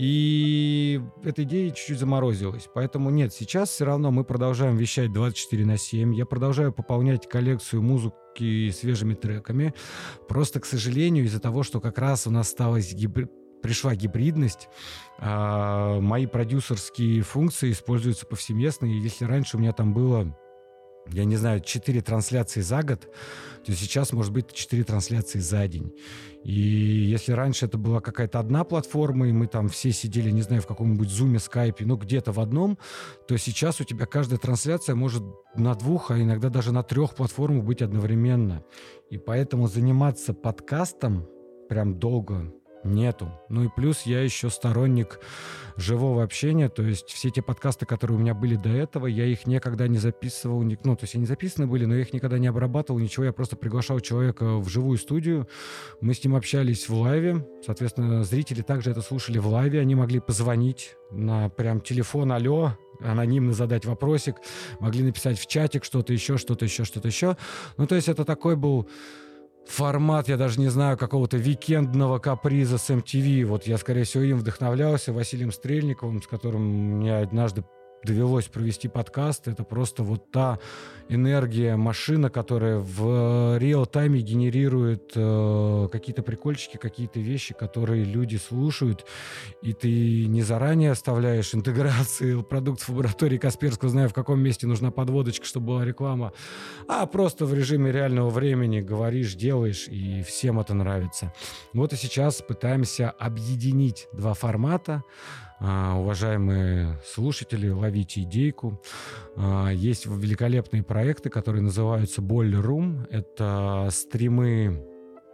и эта идея чуть-чуть заморозилась. Поэтому нет, сейчас все равно мы продолжаем вещать двадцать четыре на семь. Я продолжаю пополнять коллекцию музыки свежими треками. Просто, к сожалению, из-за того, что как раз у нас сталась гибри- пришла гибридность, а, мои продюсерские функции используются повсеместно. И если раньше у меня там было, я не знаю, четыре трансляции за год, то сейчас может быть четыре трансляции за день. И если раньше это была какая-то одна платформа, и мы там все сидели, не знаю, в каком-нибудь зуме, скайпе, ну где-то в одном, то сейчас у тебя каждая трансляция может на двух, а иногда даже на трех платформах быть одновременно. И поэтому заниматься подкастом прям долго нету. Ну и плюс я еще сторонник живого общения, то есть все те подкасты, которые у меня были до этого, я их никогда не записывал, ни- ну, то есть они записаны были, но я их никогда не обрабатывал, ничего, я просто приглашал человека в живую студию, мы с ним общались в лайве, соответственно, зрители также это слушали в лайве, они могли позвонить на прям телефон, алло, анонимно задать вопросик, могли написать в чатик что-то еще, что-то еще, что-то еще. Ну, то есть это такой был формат, я даже не знаю, какого-то викендного каприза с эм ти ви. Вот я, скорее всего, им вдохновлялся, Василием Стрельниковым, с которым мне однажды довелось провести подкаст. Это просто вот та энергия, машина, которая в реал-тайме генерирует э, какие-то прикольчики, какие-то вещи, которые люди слушают, и ты не заранее оставляешь интеграции продуктов лаборатории Касперского, зная, в каком месте нужна подводочка, чтобы была реклама, а просто в режиме реального времени говоришь, делаешь, и всем это нравится. Вот и сейчас пытаемся объединить два формата. А, уважаемые слушатели, ловите идейку. А, есть великолепные проекты, которые называются Boiler Room. Это стримы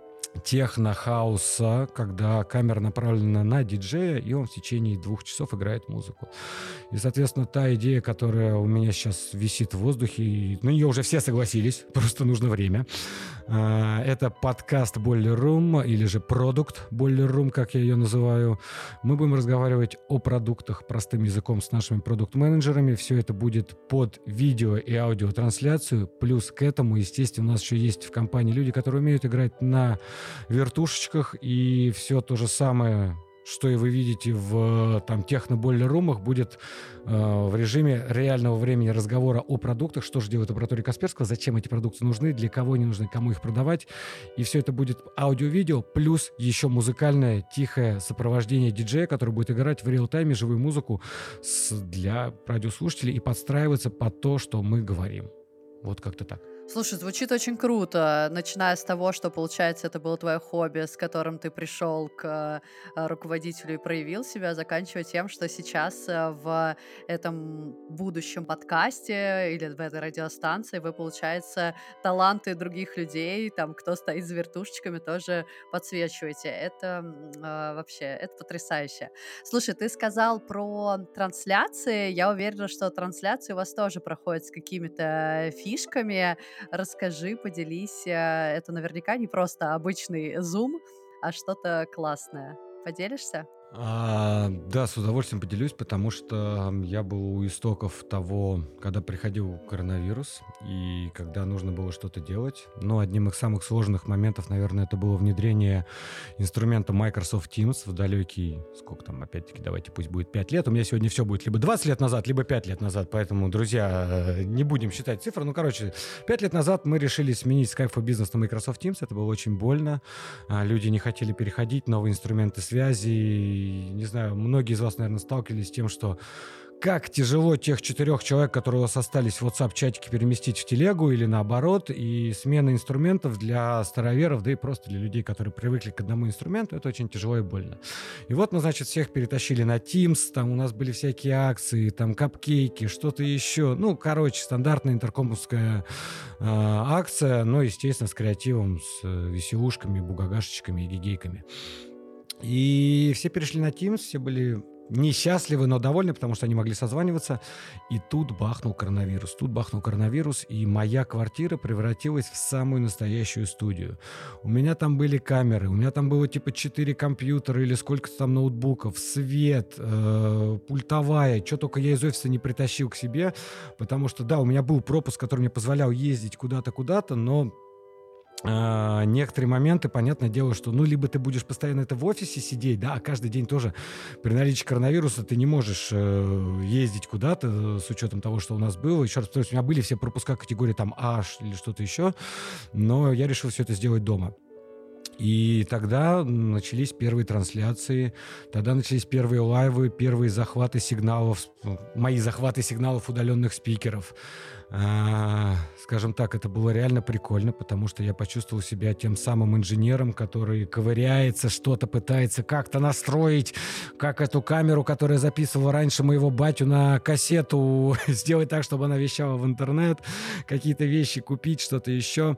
техно-хауса, когда камера направлена на диджея, и он в течение двух часов играет музыку. И, соответственно, та идея, которая у меня сейчас висит в воздухе, и на нее уже все согласились, просто нужно время. А, Это подкаст Boiler Room, или же продукт Boiler Room, как я ее называю. Мы будем разговаривать о продуктах простым языком с нашими продукт-менеджерами. Все это будет под видео и аудиотрансляцию. Плюс к этому, естественно, у нас еще есть в компании люди, которые умеют играть на вертушечках, и все то же самое, что и вы видите в там техно-бойлер-румах, будет э, в режиме реального времени разговора о продуктах, что же делает лаборатория Касперского, зачем эти продукты нужны, для кого они нужны, кому их продавать. И все это будет аудио-видео, плюс еще музыкальное тихое сопровождение диджея, который будет играть в реал-тайме живую музыку с- для радиослушателей и подстраиваться под то, что мы говорим. Вот как-то так. Слушай, звучит очень круто, начиная с того, что, получается, это было твое хобби, с которым ты пришел к э, руководителю и проявил себя, заканчивая тем, что сейчас э, в этом будущем подкасте или в этой радиостанции вы, получается, таланты других людей, там, кто стоит с вертушечками, тоже подсвечиваете. Это м, э, вообще, это потрясающе. Слушай, ты сказал про трансляции. Я уверена, что трансляции у вас тоже проходят с какими-то фишками. Расскажи, поделись. э, Это наверняка не просто обычный Zoom, а что-то классное. Поделишься? А, да, с удовольствием поделюсь, потому что я был у истоков того, когда приходил коронавирус, и когда нужно было что-то делать. Но одним из самых сложных моментов, наверное, это было внедрение инструмента Microsoft Teams в далекий, сколько там, опять-таки, давайте пусть будет пять лет. У меня сегодня все будет либо двадцать лет назад, либо пять лет назад, поэтому, друзья, э, не будем считать цифры. Ну, короче, пять лет назад мы решили сменить Skype for Business на Microsoft Teams. Это было очень больно. А, Люди не хотели переходить, новые инструменты связи. И, не знаю, многие из вас, наверное, сталкивались с тем, что как тяжело тех четырех человек, которые у вас остались в WhatsApp-чатике, переместить в телегу или наоборот. И смена инструментов для староверов, да и просто для людей, которые привыкли к одному инструменту, это очень тяжело и больно. И вот мы, значит, всех перетащили на Teams, там у нас были всякие акции, там капкейки, что-то еще. Ну, короче, стандартная интеркомовская э, акция, но, естественно, с креативом, с э, веселушками, бугагашечками и гигейками. И все перешли на Teams, все были несчастливы, но довольны, потому что они могли созваниваться. И тут бахнул коронавирус. Тут бахнул коронавирус, и моя квартира превратилась в самую настоящую студию. У меня там были камеры, у меня там было типа четыре компьютера или сколько-то там ноутбуков, свет, э, пультовая, что только я из офиса не притащил к себе, потому что, да, у меня был пропуск, который мне позволял ездить куда-то, куда-то, но а, некоторые моменты, понятное дело, что, ну, либо ты будешь постоянно это в офисе сидеть, да, а каждый день тоже при наличии коронавируса ты не можешь э, ездить куда-то э, с учетом того, что у нас было. Еще раз повторюсь, у меня были все пропуска категории там H или что-то еще, но я решил все это сделать дома. И тогда начались первые трансляции, тогда начались первые лайвы, первые захваты сигналов, мои захваты сигналов удаленных спикеров. А, скажем так, это было реально прикольно, потому что я почувствовал себя тем самым инженером, который ковыряется, что-то пытается как-то настроить, как эту камеру, которая записывала раньше моего батю на кассету, сделать так, чтобы она вещала в интернет, какие-то вещи купить, что-то еще.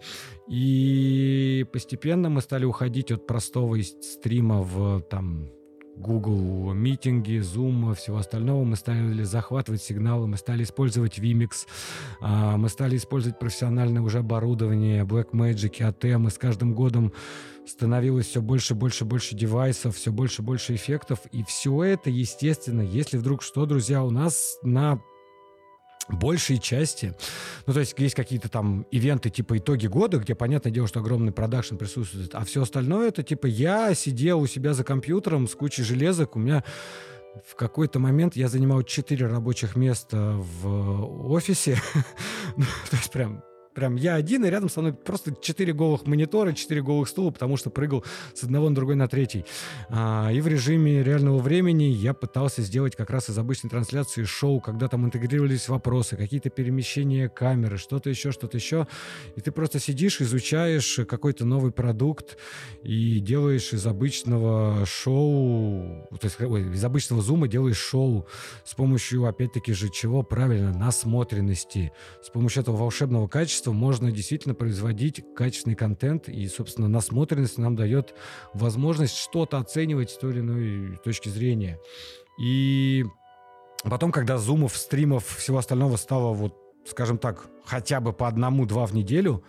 И постепенно мы стали уходить от простого стрима в там Google митинги, Zoom, всего остального. Мы стали захватывать сигналы, мы стали использовать Vimix, а, мы стали использовать профессиональное уже оборудование, Blackmagic, эй ти эм, и с каждым годом становилось все больше, больше, больше девайсов, все больше, больше эффектов. И все это, естественно, если вдруг что, друзья, у нас на большей части, ну, то есть есть какие-то там ивенты типа итоги года, где, понятное дело, что огромный продакшн присутствует, а все остальное это типа я сидел у себя за компьютером с кучей железок, у меня в какой-то момент я занимал четыре рабочих места в офисе, то есть прям Прям я один, и рядом со мной просто четыре голых монитора, четыре голых стула, потому что прыгал с одного на другой на третий. А, и в режиме реального времени я пытался сделать как раз из обычной трансляции шоу, когда там интегрировались вопросы, какие-то перемещения камеры, что-то еще, что-то еще. И ты просто сидишь, изучаешь какой-то новый продукт и делаешь из обычного шоу, то есть ой, из обычного зума делаешь шоу с помощью, опять-таки же, чего? Правильно, насмотренности. С помощью этого волшебного качества можно действительно производить качественный контент, и, собственно, насмотренность нам дает возможность что-то оценивать с той или иной точки зрения. И потом, когда зумов, стримов, всего остального стало, вот, скажем так, хотя бы по одному-два в неделю,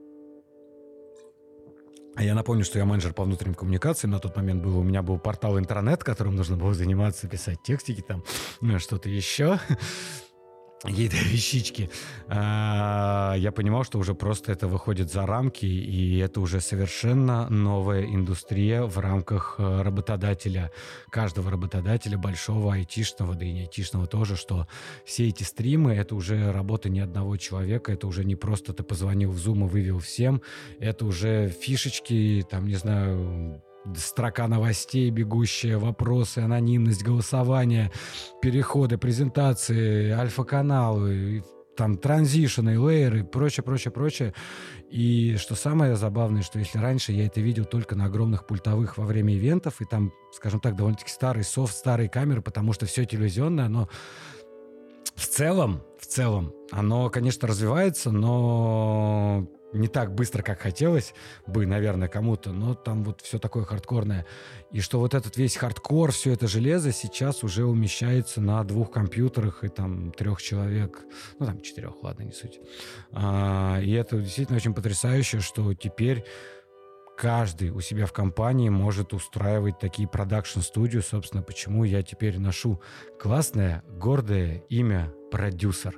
а я напомню, что я менеджер по внутренним коммуникациям на тот момент был, у меня был портал интернет, которым нужно было заниматься, писать текстики там, ну, что-то еще, какие-то вещички. А, я понимал, что уже просто это выходит за рамки, и это уже совершенно новая индустрия в рамках работодателя, каждого работодателя, большого, айтишного, да и не айтишного тоже, что все эти стримы — это уже работа не одного человека, это уже не просто ты позвонил в Zoom и вывел всем, это уже фишечки, там, не знаю, строка новостей, бегущие вопросы, анонимность, голосование, переходы, презентации, альфа-каналы, там транзишены, лейеры, прочее, прочее, прочее. И что самое забавное, что если раньше я это видел только на огромных пультовых во время ивентов, и там, скажем так, довольно-таки старый софт, старые камеры, потому что все телевизионное, оно в целом, в целом, оно, конечно, развивается, но не так быстро, как хотелось бы, наверное, кому-то, но там вот все такое хардкорное. И что вот этот весь хардкор, все это железо сейчас уже умещается на двух компьютерах и там трех человек, ну там четырех, ладно, не суть. А, и это действительно очень потрясающе, что теперь каждый у себя в компании может устраивать такие продакшн-студии. Собственно, почему я теперь ношу классное, гордое имя продюсер.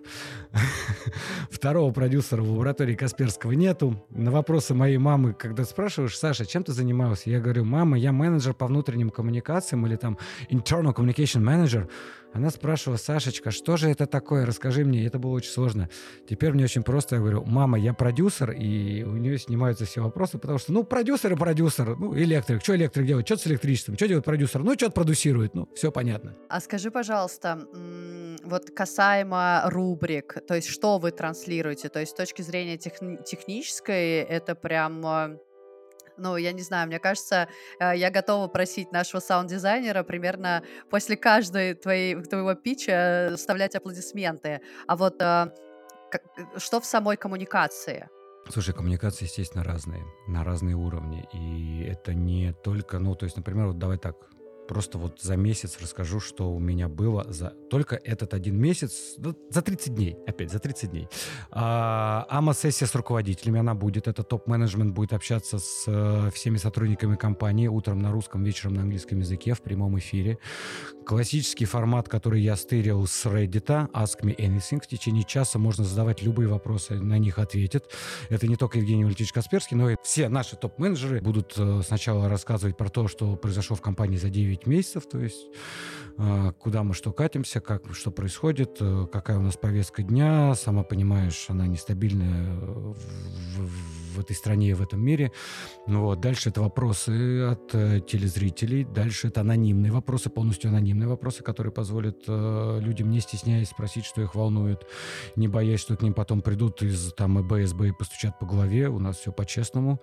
Второго продюсера в лаборатории Касперского нету. На вопросы моей мамы, когда спрашиваешь: Саша, чем ты занимался? Я говорю: мама, я менеджер по внутренним коммуникациям или там internal communication manager. Она спрашивала: Сашечка, что же это такое? Расскажи мне. Это было очень сложно. Теперь мне очень просто. Я говорю: мама, я продюсер, и у нее снимаются все вопросы, потому что, ну, продюсер и продюсер. Ну, электрик. Что электрик делает? Что с электричеством? Что делает продюсер? Ну, что-то продюсирует. Ну, все понятно. А скажи, пожалуйста, м, вот касаемо рубрик, то есть что вы транслируете? То есть с точки зрения техни- технической, это прям, э, ну, я не знаю, мне кажется, э, я готова просить нашего саунд-дизайнера примерно после каждой твоей, твоего питча э, вставлять аплодисменты. А вот э, как- э, что в самой коммуникации? Слушай, коммуникации, естественно, разные, на разные уровни. И это не только, ну, то есть, например, вот давай так, просто вот за месяц расскажу, что у меня было за только этот один месяц, ну, за тридцать дней, опять, за тридцать дней. А, АМА-сессия с руководителями, она будет, это топ-менеджмент будет общаться с э, всеми сотрудниками компании, утром на русском, вечером на английском языке, в прямом эфире. Классический формат, который я стырил с Reddit, Ask Me Anything. В течение часа можно задавать любые вопросы, на них ответят. Это не только Евгений Валентинович Касперский, но и все наши топ-менеджеры будут э, сначала рассказывать про то, что произошло в компании за девять месяцев, то есть э, куда мы что катимся, как, что происходит, э, какая у нас повестка дня. Сама понимаешь, она нестабильная в, в, в этой стране и в этом мире. Вот. Дальше это вопросы от э, телезрителей, дальше это анонимные вопросы, полностью анонимные вопросы, которые позволят э, людям, не стесняясь, спросить, что их волнует, не боясь, что к ним потом придут из там ИБ, СБ и постучат по голове. У нас все по-честному.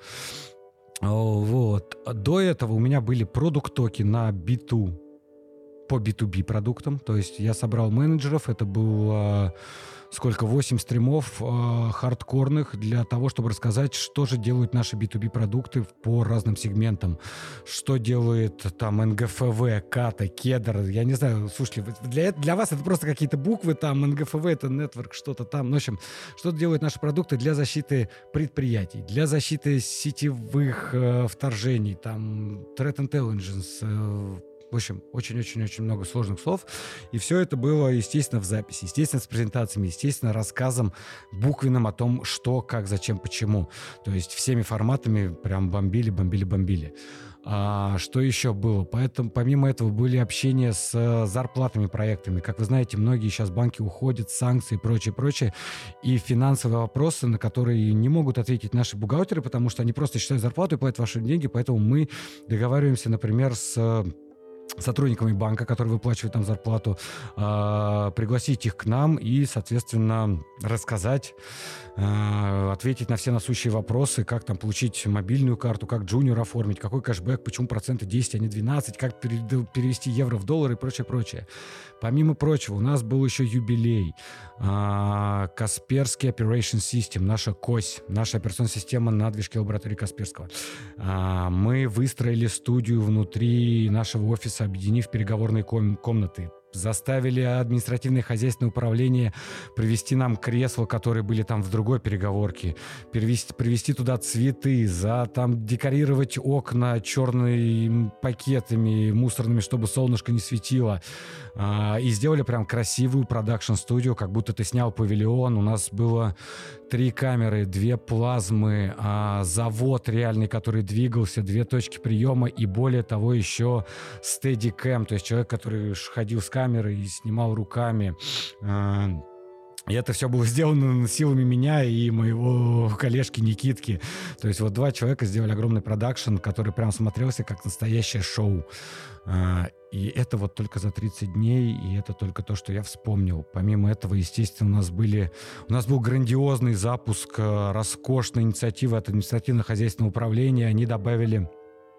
Вот. До этого у меня были продукт-токи на би два, по би ту би продуктам. То есть я собрал менеджеров, это было сколько, восемь стримов э, хардкорных для того, чтобы рассказать, что же делают наши би ту би продукты по разным сегментам. Что делает там эн гэ эф вэ, Ката, Кедр, я не знаю, слушайте, для, для вас это просто какие-то буквы, там эн гэ эф вэ это нетворк, что-то там, ну, в общем, что делают наши продукты для защиты предприятий, для защиты сетевых э, вторжений, там, threat intelligence, э, в общем, очень-очень-очень много сложных слов. И все это было, естественно, в записи. Естественно, с презентациями, естественно, рассказом буквенным о том, что, как, зачем, почему. То есть всеми форматами прям бомбили, бомбили, бомбили. А что еще было? Поэтому, помимо этого, были общения с зарплатными проектами. Как вы знаете, многие сейчас банки уходят, санкции и прочее, прочее. И финансовые вопросы, на которые не могут ответить наши бухгалтеры, потому что они просто считают зарплату и платят ваши деньги. Поэтому мы договариваемся, например, с сотрудниками банка, которые выплачивают нам зарплату, э, пригласить их к нам и, соответственно, рассказать, э, ответить на все насущие вопросы, как там получить мобильную карту, как джуниор оформить, какой кэшбэк, почему проценты десять, а не двенадцать, как перевести евро в доллары и прочее, прочее. Помимо прочего, у нас был еще юбилей. Э, Касперский Operation System, наша КОСь, наша операционная система на движке лаборатории Касперского. Э, мы выстроили студию внутри нашего офиса, объединив переговорные ком- комнаты. Заставили административное и хозяйственное управление привезти нам кресла, которые были там в другой переговорке, привезти, привезти туда цветы, за, там, декорировать окна черными пакетами мусорными, чтобы солнышко не светило. А, и сделали прям красивую продакшн-студию, как будто ты снял павильон. У нас было три камеры, две плазмы, а, завод реальный, который двигался, две точки приема и, более того, еще стедикэм, то есть человек, который ходил с камерой и снимал руками. А, и это все было сделано силами меня и моего коллежки Никитки. То есть вот два человека сделали огромный продакшн, который прям смотрелся как настоящее шоу. И это вот только за тридцать дней, и это только то, что я вспомнил. Помимо этого, естественно, у нас были, у нас был грандиозный запуск роскошной инициативы от административно-хозяйственного управления. Они добавили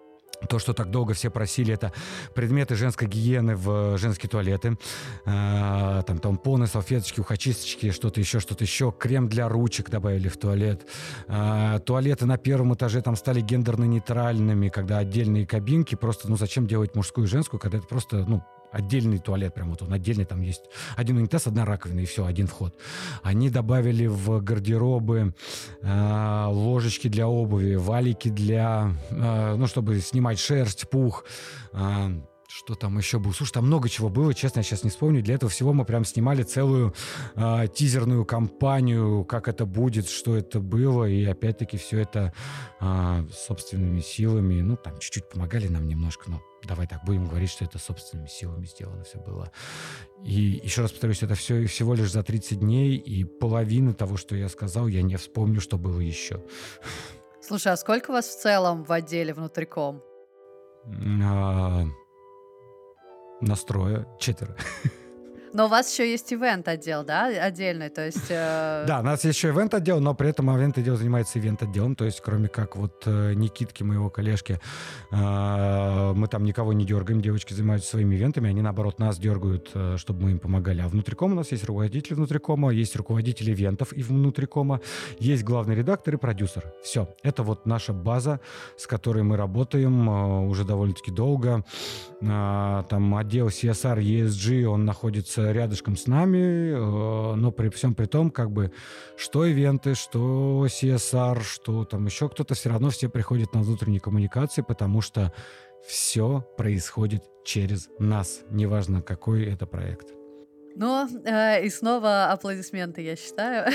То, что так долго все просили, это предметы женской гигиены в женские туалеты. А, там тампоны, салфеточки, ухочисточки, что-то еще, что-то еще. Крем для ручек добавили в туалет. А, туалеты на первом этаже там стали гендерно-нейтральными, когда отдельные кабинки. Просто, ну, зачем делать мужскую и женскую, когда это просто, ну, отдельный туалет, прям вот он отдельный, там есть один унитаз, одна раковина, и все, один вход. Они добавили в гардеробы э, ложечки для обуви, валики для, э, ну, чтобы снимать шерсть, пух, э, что там еще было? Слушай, там много чего было, честно, я сейчас не вспомню. Для этого всего мы прям снимали целую э, тизерную кампанию, как это будет, что это было, и опять-таки все это э, собственными силами, ну, там чуть-чуть помогали нам немножко, но давай так, будем говорить, что это собственными силами сделано все было. И еще раз повторюсь, это все всего лишь за тридцать дней, и половину того, что я сказал, я не вспомню, что было еще. Слушай, а сколько вас в целом в отделе внутриком? А, Настроя четверо. Но у вас еще есть ивент-отдел, да, отдельный, то есть... э, Да, у нас есть еще ивент-отдел, но при этом ивент-отдел занимается ивент-отделом, то есть кроме как вот э, Никитки, моего коллежки, э, мы там никого не дергаем, девочки занимаются своими ивентами, они наоборот нас дергают, э, чтобы мы им помогали. А внутриком у нас есть руководитель внутрикома, есть руководитель ивентов и внутрикома, есть главный редактор и продюсер. Все, это вот наша база, с которой мы работаем э, уже довольно-таки долго. Э, там отдел си эс ар, и эс джи, он находится рядышком с нами, э, но при всем при том, как бы, что ивенты, что си эс ар, что там еще кто-то, все равно все приходят на внутренние коммуникации, потому что все происходит через нас, неважно, какой это проект. Ну, э, и снова аплодисменты, я считаю.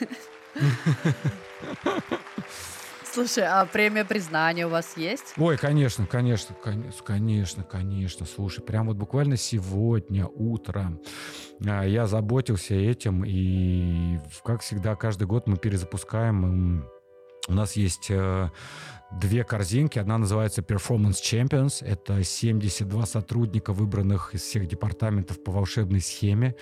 Слушай, а премия признания у вас есть? Ой, конечно, конечно, конечно, конечно, конечно. Слушай, прям вот буквально сегодня утром а, я заботился этим, и, как всегда, каждый год мы перезапускаем. м, У нас есть э, две корзинки. Одна называется Performance Champions. Это семьдесят два сотрудника, выбранных из всех департаментов по волшебной схеме,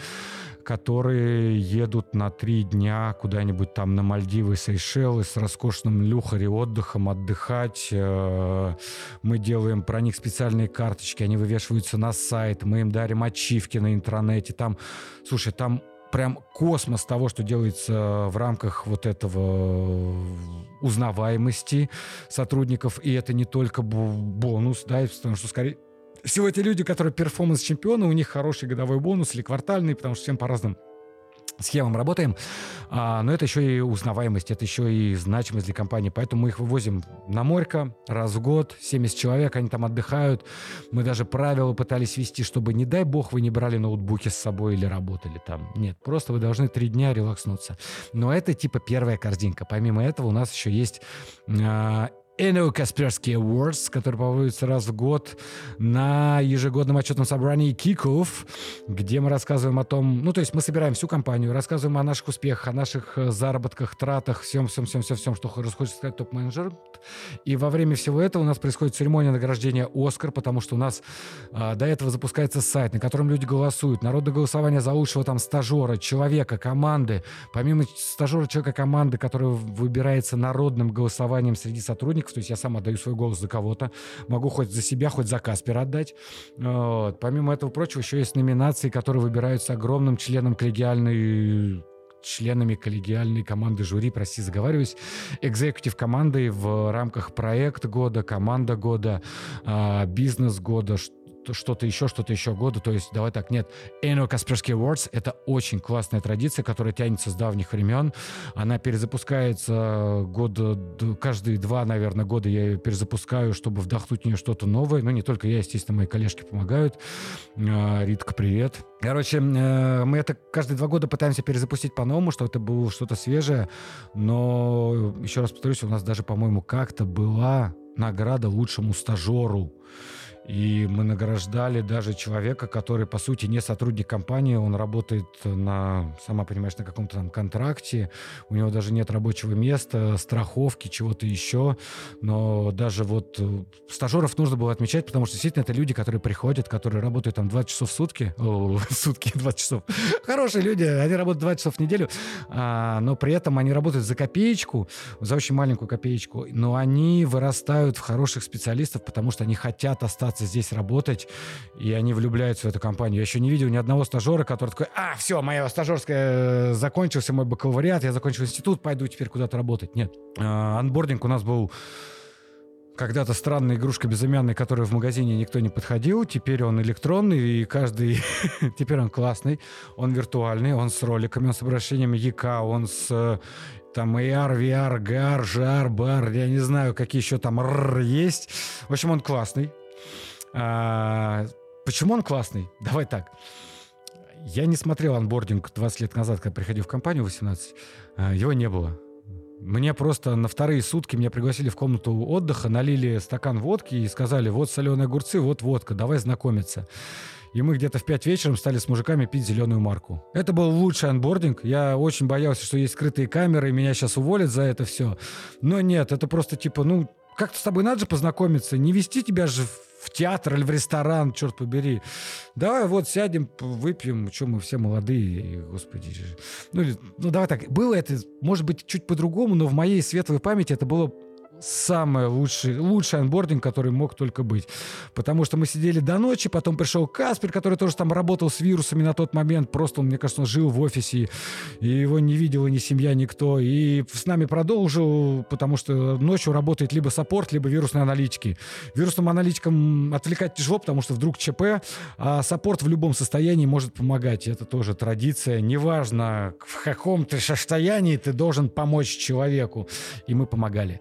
которые едут на три дня куда-нибудь там на Мальдивы, Сейшелы с роскошным люхари отдыхом отдыхать. Э, Мы делаем про них специальные карточки, они вывешиваются на сайт, мы им дарим ачивки на интранете. Там, слушай, там прям космос того, что делается в рамках вот этого узнаваемости сотрудников. И это не только бу- бонус, да, потому что скорее всего эти люди, которые перформанс-чемпионы, у них хороший годовой бонус или квартальный, потому что всем по разным схемам работаем, а, но это еще и узнаваемость, это еще и значимость для компании, поэтому мы их вывозим на морько раз в год, семьдесят человек, они там отдыхают, мы даже правила пытались вести, чтобы, не дай бог, вы не брали ноутбуки с собой или работали там, нет, просто вы должны три дня релакснуться, но это типа первая корзинка, помимо этого у нас еще есть а, Энно Касперский Awards, который проводится раз в год на ежегодном отчетном собрании Kick-Off, где мы рассказываем о том, ну, то есть мы собираем всю компанию, рассказываем о наших успехах, о наших э, заработках, тратах, всем, всем, всем, всем, всем, что хочет сказать топ-менеджер. И во время всего этого у нас происходит церемония награждения «Оскар», потому что у нас э, до этого запускается сайт, на котором люди голосуют. Народное голосование за лучшего там стажера, человека, команды. Помимо стажера, человека, команды, который выбирается народным голосованием среди сотрудников, то есть я сам отдаю свой голос за кого-то, могу хоть за себя, хоть за Каспера отдать. Вот. Помимо этого прочего, еще есть номинации, которые выбираются огромным членом коллегиальной членами коллегиальной команды жюри, прости, заговариваюсь, экзекутив командой в рамках проект года, команда года, а, бизнес года, что-то еще, что-то еще года. То есть, давай так, нет. Энно Касперский Awards — это очень классная традиция, которая тянется с давних времен. Она перезапускается года, каждые два, наверное, года я ее перезапускаю, чтобы вдохнуть в нее что-то новое. Но не только я, естественно, мои коллежки помогают. Ритка, привет. Короче, мы это каждые два года пытаемся перезапустить по-новому, чтобы это было что-то свежее. Но, еще раз повторюсь, у нас даже, по-моему, как-то была награда лучшему стажеру. И мы награждали даже человека, который, по сути, не сотрудник компании, он работает на, сама понимаешь, на каком-то там контракте, у него даже нет рабочего места, страховки, чего-то еще, но даже вот стажеров нужно было отмечать, потому что действительно это люди, которые приходят, которые работают там двадцать часов в сутки, о, сутки, двадцать часов, хорошие люди, они работают двадцать часов в неделю, а, но при этом они работают за копеечку, за очень маленькую копеечку, но они вырастают в хороших специалистов, потому что они хотят остаться здесь работать, и они влюбляются в эту компанию. Я еще не видел ни одного стажера, который такой: а, все, моя стажерская закончился, мой бакалавриат, я закончил институт, пойду теперь куда-то работать. Нет. А, анбординг у нас был когда-то странная игрушка безымянная, которой в магазине никто не подходил. Теперь он электронный, и каждый... Теперь он классный, он виртуальный, он с роликами, он с обращением ЯК, он с... Там эй ар, ви ар, джи ар, жи ар, би ар, я не знаю, какие еще там р есть. В общем, он классный. А, почему он классный? Давай так. Я не смотрел анбординг двадцать лет назад, когда приходил в компанию, восемнадцать. А, его не было. Мне просто на вторые сутки меня пригласили в комнату отдыха, налили стакан водки и сказали: вот соленые огурцы, вот водка, давай знакомиться. И мы где-то в пять вечером стали с мужиками пить зеленую марку. Это был лучший анбординг. Я очень боялся, что есть скрытые камеры, и меня сейчас уволят за это все. Но нет, это просто типа, ну, как-то с тобой надо же познакомиться. Не вести тебя же в театр или в ресторан, черт побери. Давай вот сядем, выпьем, что мы все молодые, господи. Ну, или, ну, давай так. Было это, может быть, чуть по-другому, но в моей светлой памяти это было самый лучший, лучший анбординг, который мог только быть. Потому что мы сидели до ночи, потом пришел Каспер, который тоже там работал с вирусами на тот момент. Просто он, мне кажется, он жил в офисе, и его не видела ни семья, никто. И с нами продолжил, потому что ночью работает либо саппорт, либо вирусные аналитики. Вирусным аналитикам отвлекать тяжело, потому что вдруг ЧП, а саппорт в любом состоянии может помогать. Это тоже традиция. Неважно, в каком ты состоянии, ты должен помочь человеку. И мы помогали.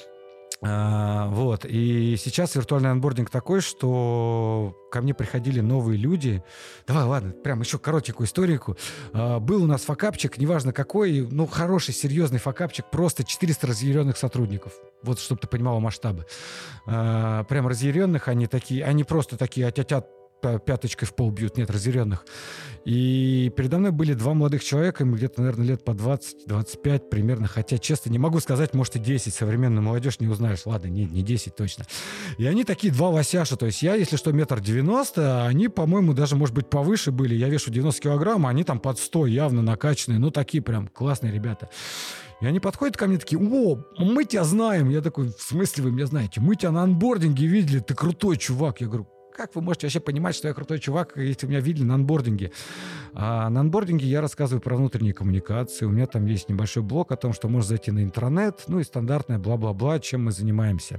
А, вот, и сейчас виртуальный анбординг такой, что ко мне приходили новые люди. Давай, ладно, прям еще коротенькую историку. А, был у нас факапчик, неважно какой, ну, хороший, серьезный факапчик, просто четыреста разъяренных сотрудников. Вот, чтобы ты понимала масштабы. А, прям разъяренных, они такие, они просто такие отятят, пяточкой в пол бьют, нет, разъяренных. И передо мной были два молодых человека, им где-то, наверное, лет по двадцать-двадцать пять примерно, хотя, честно, не могу сказать, может, и десять, современную молодежь не узнаешь, ладно, не, не десять точно. И они такие два лосяша, то есть я, если что, метр девяносто, а они, по-моему, даже, может быть, повыше были, я вешу девяносто килограмм, а они там под сто, явно накачанные, ну, такие прям классные ребята. И они подходят ко мне такие: о, мы тебя знаем. Я такой: в смысле вы меня знаете? Мы тебя на анбординге видели, ты крутой чувак. Я говорю: как вы можете вообще понимать, что я крутой чувак, если меня видели на анбординге? А на анбординге я рассказываю про внутренние коммуникации. У меня там есть небольшой блог о том, что можно зайти на интернет, ну и стандартное бла-бла-бла, чем мы занимаемся.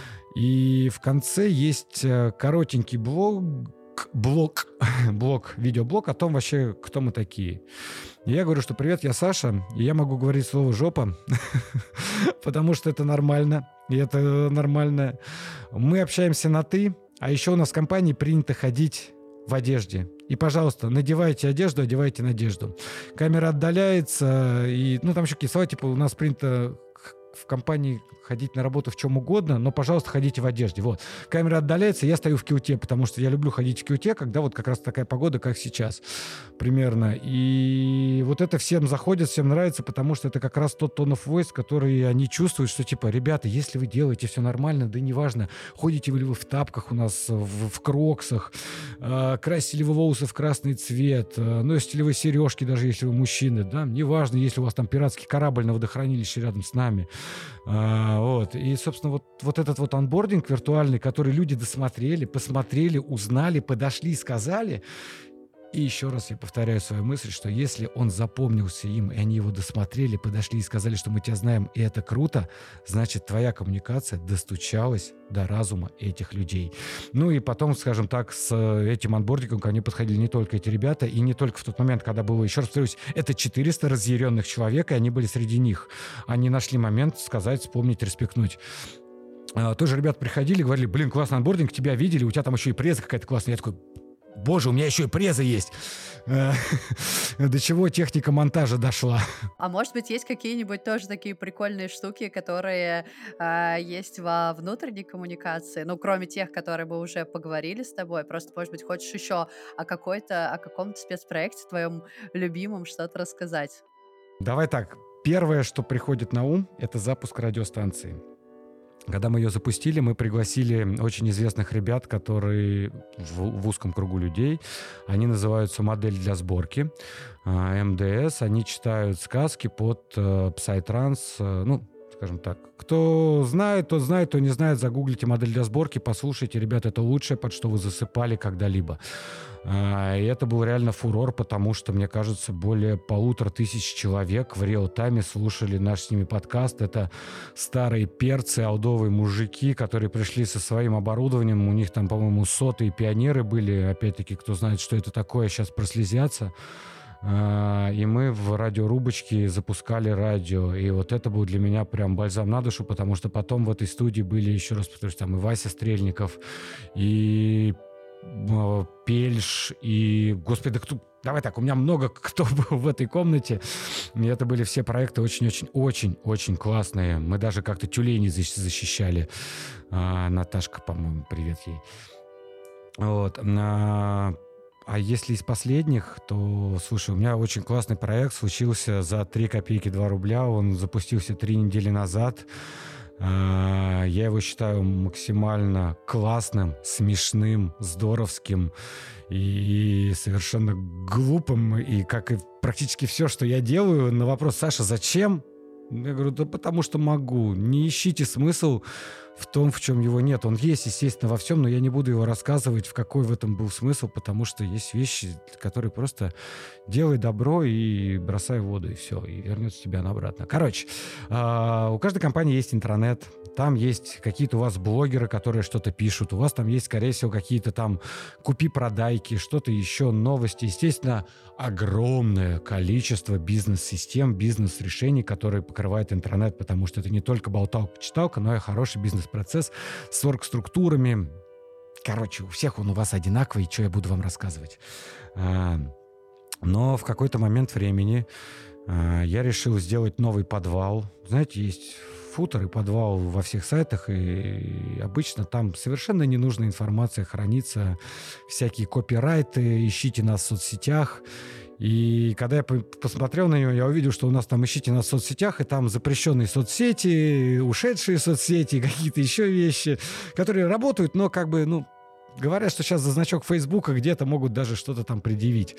И в конце есть коротенький блог, блог, блог, видеоблог о том вообще, кто мы такие. И я говорю, что привет, я Саша, и я могу говорить слово «жопа», потому что это нормально, и это нормально. Мы общаемся на «ты». А еще у нас в компании принято ходить в одежде. И, пожалуйста, надевайте одежду, одевайте надежду. Камера отдаляется, и, ну, там еще какие слова, типа, у нас принято в компании ходить на работу в чем угодно, но, пожалуйста, ходите в одежде. Вот. Камера отдаляется, я стою в килте, потому что я люблю ходить в килте, когда вот как раз такая погода, как сейчас примерно. И вот это всем заходит, всем нравится, потому что это как раз тот tone of voice, который они чувствуют, что типа: ребята, если вы делаете все нормально, да неважно, ходите вы ли вы в тапках у нас, в, в кроксах, э, красили вы волосы в красный цвет, э, носите ли вы сережки, даже если вы мужчины, да, неважно, если у вас там пиратский корабль на водохранилище рядом с нами. А, вот. И, собственно, вот, вот этот вот анбординг виртуальный, который люди досмотрели, посмотрели, узнали, подошли и сказали. И еще раз я повторяю свою мысль, что если он запомнился им, и они его досмотрели, подошли и сказали, что мы тебя знаем, и это круто, значит, твоя коммуникация достучалась до разума этих людей. Ну и потом, скажем так, с этим анбордингом ко мне подходили не только эти ребята, и не только в тот момент, когда было, еще раз повторюсь, это четыреста разъяренных человек, и они были среди них. Они нашли момент сказать, вспомнить, респектнуть. Тоже ребята приходили, говорили: блин, классный анбординг, тебя видели, у тебя там еще и пресса какая-то классная. Я такой: боже, у меня еще и преза есть. До чего техника монтажа дошла. А может быть, есть какие-нибудь тоже такие прикольные штуки, которые а, есть во внутренней коммуникации, ну, кроме тех, которые мы уже поговорили с тобой, просто, может быть, хочешь еще о какой-то, о каком-то спецпроекте твоем любимом что-то рассказать? Давай так. Первое, что приходит на ум, это запуск радиостанции. Когда мы ее запустили, мы пригласили очень известных ребят, которые в, в узком кругу людей. Они называются «Модель для сборки», эм дэ эс. Они читают сказки под э, псай-транс, э, ну, скажем так. Кто знает, тот знает, кто не знает, загуглите «Модель для сборки», послушайте. Ребят, это лучшее, под что вы засыпали когда-либо. И это был реально фурор, потому что, мне кажется, более полутора тысяч человек в реал-тайме слушали наш с ними подкаст. Это старые перцы, олдовые мужики, которые пришли со своим оборудованием. У них там, по-моему, сотые пионеры были. Опять-таки, кто знает, что это такое, сейчас прослезятся. И мы в радиорубочке запускали радио. И вот это был для меня прям бальзам на душу, потому что потом в этой студии были, еще раз повторюсь, там и Вася Стрельников, и Пельш, и... Господи, да кто... Давай так, у меня много кто был в этой комнате. И это были все проекты очень-очень-очень-очень классные. Мы даже как-то тюленей защищали. А, Наташка, по-моему, привет ей. Вот. А, а если из последних, то, слушай, у меня очень классный проект случился за три копейки два рубля. Он запустился три недели назад. Я его считаю максимально классным, смешным, здоровским и совершенно глупым. И как и практически все, что я делаю, на вопрос: Саша, зачем? Я говорю: да потому что могу. Не ищите смысл в том, в чем его нет. Он есть, естественно, во всем, но я не буду его рассказывать, в какой в этом был смысл, потому что есть вещи, которые просто делай добро и бросай в воду, и все, и вернется тебе она обратно. Короче, у каждой компании есть интернет, там есть какие-то у вас блогеры, которые что-то пишут, у вас там есть, скорее всего, какие-то там купи-продайки, что-то еще, новости. Естественно, огромное количество бизнес-систем, бизнес-решений, которые покрывает интернет, потому что это не только болталка-читалка, но и хороший бизнес-процесс с оргструктурами. Короче, у всех он у вас одинаковый, что я буду вам рассказывать. Но в какой-то момент времени я решил сделать новый подвал. Знаете, есть футер и подвал во всех сайтах, и обычно там совершенно ненужная информация хранится, всякие копирайты, ищите нас в соцсетях. И когда я посмотрел на него, я увидел, что у нас там ищите нас в соцсетях, и там запрещенные соцсети, ушедшие соцсети, какие-то еще вещи, которые работают, но как бы, ну, говорят, что сейчас за значок Фейсбука где-то могут даже что-то там предъявить.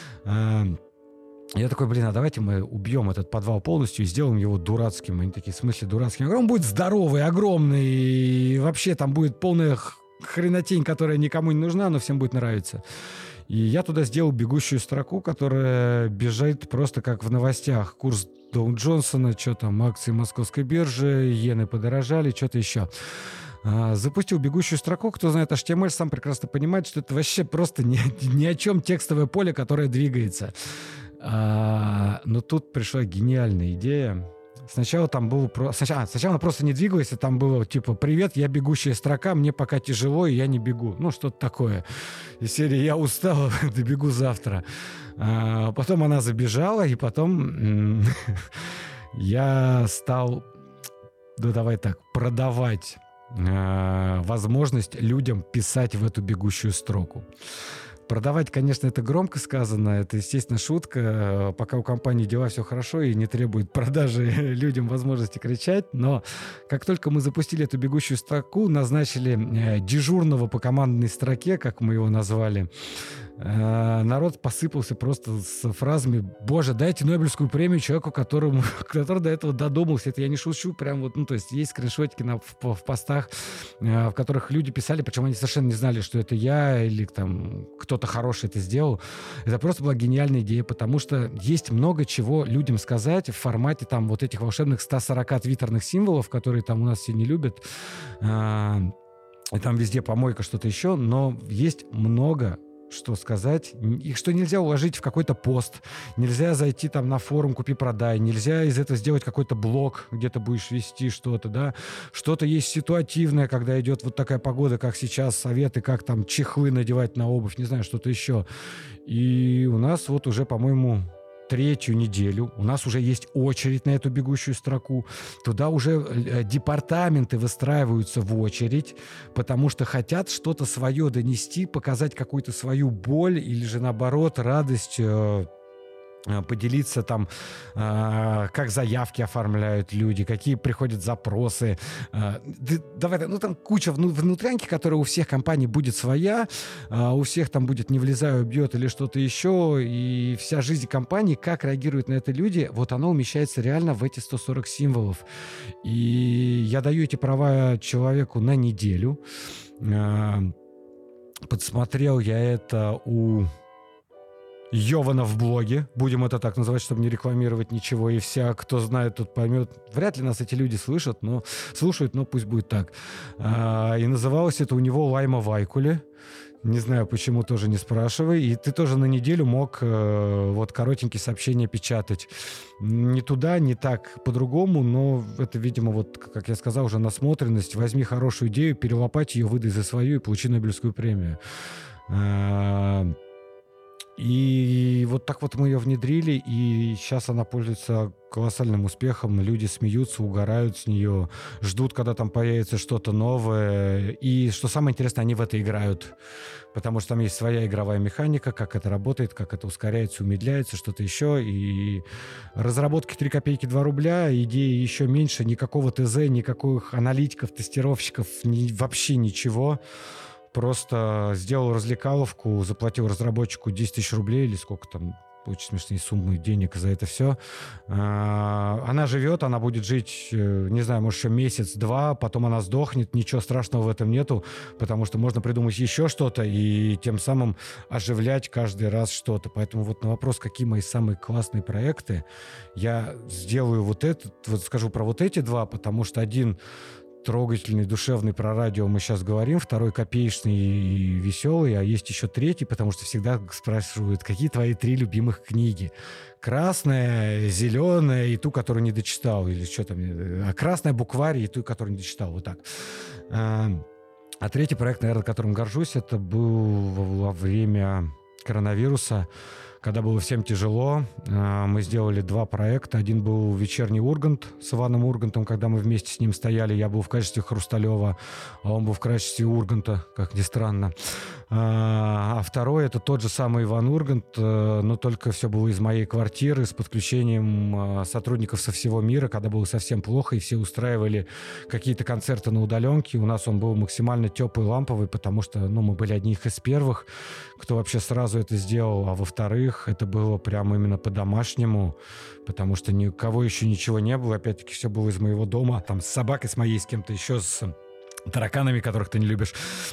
Я такой: блин, а давайте мы убьем этот подвал полностью и сделаем его дурацким. Они такие: в смысле дурацким? Я говорю: он будет здоровый, огромный, и вообще там будет полная хренотень, которая никому не нужна, но всем будет нравиться. И я туда сделал бегущую строку, которая бежит просто как в новостях. Курс Доу Джонсона, что там, акции Московской биржи, иены подорожали, что-то еще. Запустил бегущую строку. Кто знает эйч ти эм эль, сам прекрасно понимает, что это вообще просто ни, ни о чем текстовое поле, которое двигается. А, но тут пришла гениальная идея. Сначала там было... Про... Сначала, сначала она просто не двигалась, и там было типа: привет, я бегущая строка, мне пока тяжело, и я не бегу. Ну, что-то такое. Из серии: я устал, добегу завтра. А потом она забежала, и потом я стал, ну давай так, продавать возможность людям писать в эту бегущую строку. Продавать, конечно, это громко сказано, это, естественно, шутка. Пока у компании дела все хорошо и не требует продажи людям возможности кричать, но как только мы запустили эту бегущую строку, назначили дежурного по командной строке, как мы его назвали, народ посыпался просто с фразами: боже, дайте Нобелевскую премию человеку, которому, который до этого додумался. Это я не шучу, прям вот, ну, то есть есть скриншотики на, в, в постах, в которых люди писали, причем они совершенно не знали, что это я или там кто-то хороший это сделал. Это просто была гениальная идея, потому что есть много чего людям сказать в формате там вот этих волшебных ста сорока твиттерных символов, которые там у нас все не любят. И там везде помойка, что-то еще, но есть много что сказать, их что нельзя уложить в какой-то пост, нельзя зайти там на форум «Купи-продай», нельзя из этого сделать какой-то блог, где ты будешь вести что-то, да, что-то есть ситуативное, когда идет вот такая погода, как сейчас, советы, как там чехлы надевать на обувь, не знаю, что-то еще. И у нас вот уже, по-моему, третью неделю у нас уже есть очередь на эту бегущую строку. Туда уже департаменты выстраиваются в очередь, потому что хотят что-то свое донести, показать какую-то свою боль или же, наоборот, радость, поделиться там, э, как заявки оформляют люди, какие приходят запросы. Э, давай, ну там куча внутрянки, которая у всех компаний будет своя, э, у всех там будет «не влезаю, бьет» или что-то еще, и вся жизнь компании, как реагируют на это люди, вот оно умещается реально в эти сто сорок символов. И я даю эти права человеку на неделю. Э, подсмотрел я это у Йована в блоге, будем это так называть, чтобы не рекламировать ничего, и вся, кто знает, тот поймет. Вряд ли нас эти люди слышат, но слушают, но пусть будет так. А, и называлось это у него «Лайма Вайкуле». Не знаю, почему, тоже не спрашивай. И ты тоже на неделю мог э, вот коротенькие сообщения печатать. Не туда, не так, по-другому, но это, видимо, вот, как я сказал, уже насмотренность. Возьми хорошую идею, перелопать ее, выдай за свою и получи Нобелевскую премию. А, И вот так вот мы ее внедрили, и сейчас она пользуется колоссальным успехом. Люди смеются, угорают с нее, ждут, когда там появится что-то новое. И что самое интересное, они в это играют, потому что там есть своя игровая механика, как это работает, как это ускоряется, умедляется, что-то еще. И разработки три копейки два рубля, идеи еще меньше, никакого ТЗ, никаких аналитиков, тестировщиков, ни, вообще ничего. Просто сделал развлекаловку, заплатил разработчику десять тысяч рублей или сколько там, очень смешные суммы денег за это все. Она живет, она будет жить, не знаю, может, еще месяц-два, потом она сдохнет, ничего страшного в этом нету, потому что можно придумать еще что-то и тем самым оживлять каждый раз что-то. Поэтому вот на вопрос, какие мои самые классные проекты, я сделаю вот этот, вот скажу про вот эти два, потому что один трогательный, душевный, про радио мы сейчас говорим, второй копеечный и веселый, а есть еще третий, потому что всегда спрашивают, какие твои три любимых книги. Красная, зеленая и ту, которую не дочитал, или что там, а красная букварь и ту, которую не дочитал, вот так. А, а третий проект, наверное, которым горжусь, это был во время коронавируса, когда было всем тяжело. Мы сделали два проекта. Один был «Вечерний Ургант» с Иваном Ургантом, когда мы вместе с ним стояли. Я был в качестве Хрусталева, а он был в качестве Урганта, как ни странно. А второй — это тот же самый Иван Ургант, но только все было из моей квартиры, с подключением сотрудников со всего мира, когда было совсем плохо, и все устраивали какие-то концерты на удаленке. У нас он был максимально теплый, ламповый, потому что ну, мы были одни из первых, кто вообще сразу это сделал. А во-вторых, это было прямо именно по-домашнему, потому что ни у кого еще ничего не было. Опять-таки, все было из моего дома, там с собакой, с моей, с кем-то еще, с тараканами, которых ты не любишь.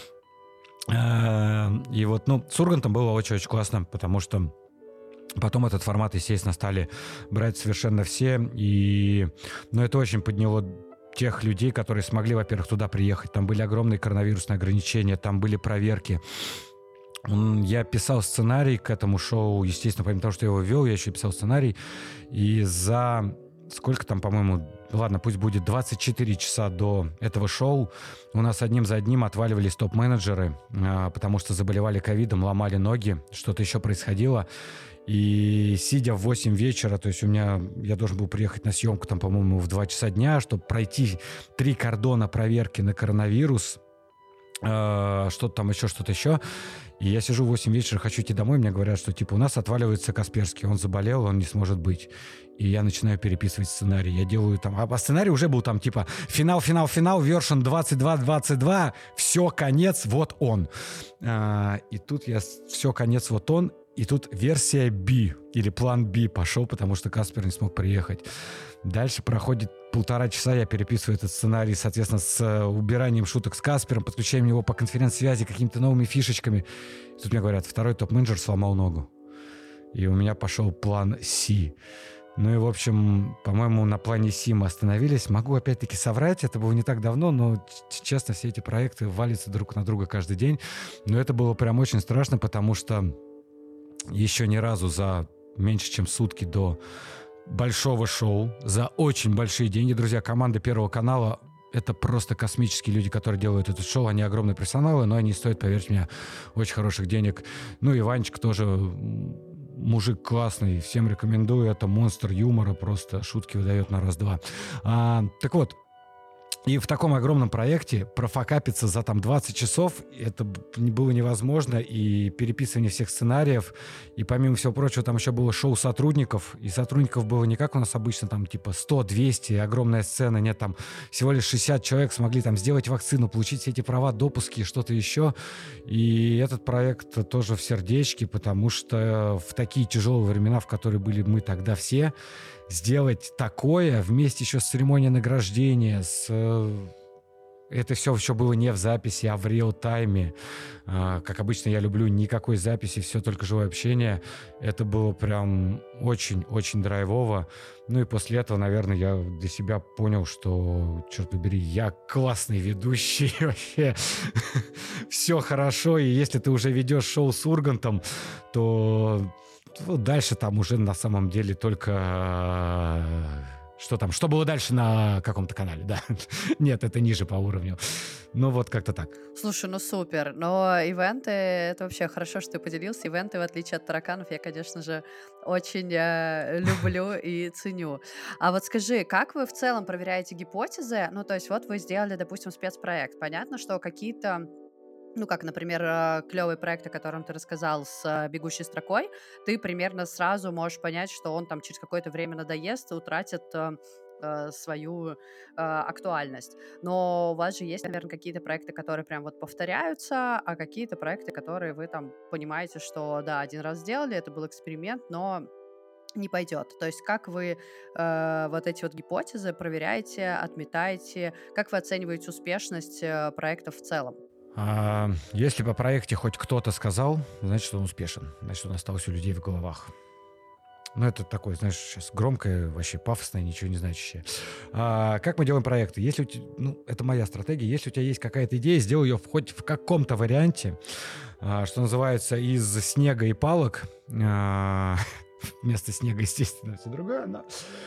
И вот, ну, с Ургантом было очень-очень классно, потому что потом этот формат, естественно, стали брать совершенно все. И, ну, это очень подняло тех людей, которые смогли, во-первых, туда приехать. Там были огромные коронавирусные ограничения, там были проверки. Я писал сценарий к этому шоу, естественно, помимо того, что я его вел, я еще писал сценарий. И за сколько там, по-моему, ладно, пусть будет двадцать четыре часа до этого шоу, у нас одним за одним отваливались топ-менеджеры, потому что заболевали ковидом, ломали ноги, что-то еще происходило. И сидя в восемь вечера, то есть у меня, я должен был приехать на съемку там, по-моему, в два часа дня, чтобы пройти три кордона проверки на коронавирус, что-то там еще, что-то еще. И я сижу в восемь вечера, хочу идти домой, мне говорят, что типа у нас отваливается Касперский, он заболел, он не сможет быть. И я начинаю переписывать сценарий. Я делаю там... А сценарий уже был там типа финал, финал, финал, вершин двадцать два двадцать два, все, конец, вот он. А, и тут я... Все, конец, вот он. И тут версия B или план B пошел, потому что Каспер не смог приехать. Дальше проходит полтора часа, я переписываю этот сценарий, соответственно, с убиранием шуток с Каспером, подключаем его по конференц-связи какими-то новыми фишечками. И тут мне говорят, второй топ-менеджер сломал ногу. И у меня пошел план C. Ну и, в общем, по-моему, на плане Си мы остановились. Могу опять-таки соврать, это было не так давно, но, ч- честно, все эти проекты валятся друг на друга каждый день. Но это было прям очень страшно, потому что еще ни разу за меньше, чем сутки до большого шоу, за очень большие деньги, друзья, команда Первого канала — это просто космические люди, которые делают это шоу. Они огромные профессионалы, но они стоят, поверьте мне, очень хороших денег. Ну и Ванечка тоже мужик классный, всем рекомендую. Это монстр юмора, просто шутки выдает на раз-два. А, так вот, и в таком огромном проекте профокапиться за там двадцать часов, это б- было невозможно, и переписывание всех сценариев, и помимо всего прочего, там еще было шоу сотрудников, и сотрудников было не как у нас обычно, там типа сто-двести, огромная сцена, нет, там всего лишь шестьдесят человек смогли там сделать вакцину, получить все эти права, допуски и что-то еще, и этот проект тоже в сердечке, потому что в такие тяжелые времена, в которые были мы тогда все, сделать такое вместе еще с церемонией награждения, с... э, это все еще было не в записи, а в реал-тайме. А, как обычно, я люблю никакой записи, все только живое общение. Это было прям очень-очень драйвово. Ну и после этого, наверное, я для себя понял, что, черт побери, я классный ведущий вообще. Все хорошо, и если ты уже ведешь шоу с Ургантом, то вот дальше там уже на самом деле только... э, Что там? Что было дальше на каком-то канале, да? Нет, это ниже по уровню. Ну вот как-то так. Слушай, ну супер. Но ивенты — это вообще хорошо, что ты поделился. Ивенты, в отличие от тараканов, я, конечно же, очень э, люблю и ценю. А вот скажи, как вы в целом проверяете гипотезы? Ну, то есть вот вы сделали, допустим, спецпроект. Понятно, что какие-то, ну, как, например, э, клевый проект, о котором ты рассказал с э, бегущей строкой, ты примерно сразу можешь понять, что он там через какое-то время надоест и утратит э, э, свою э, актуальность. Но у вас же есть, наверное, какие-то проекты, которые прям вот повторяются, а какие-то проекты, которые вы там понимаете, что да, один раз сделали, это был эксперимент, но не пойдет. То есть как вы э, вот эти вот гипотезы проверяете, отметаете, как вы оцениваете успешность э, проектов в целом? А, если по проекте хоть кто-то сказал, значит, он успешен. Значит, он остался у людей в головах. Ну, это такое, знаешь, сейчас громкое, вообще пафосное, ничего не значащее. А, как мы делаем проекты? Если у тебя, ну, это моя стратегия. Если у тебя есть какая-то идея, сделай ее в- хоть в каком-то варианте, а, что называется, из снега и палок. А, вместо снега, естественно, все другое, но...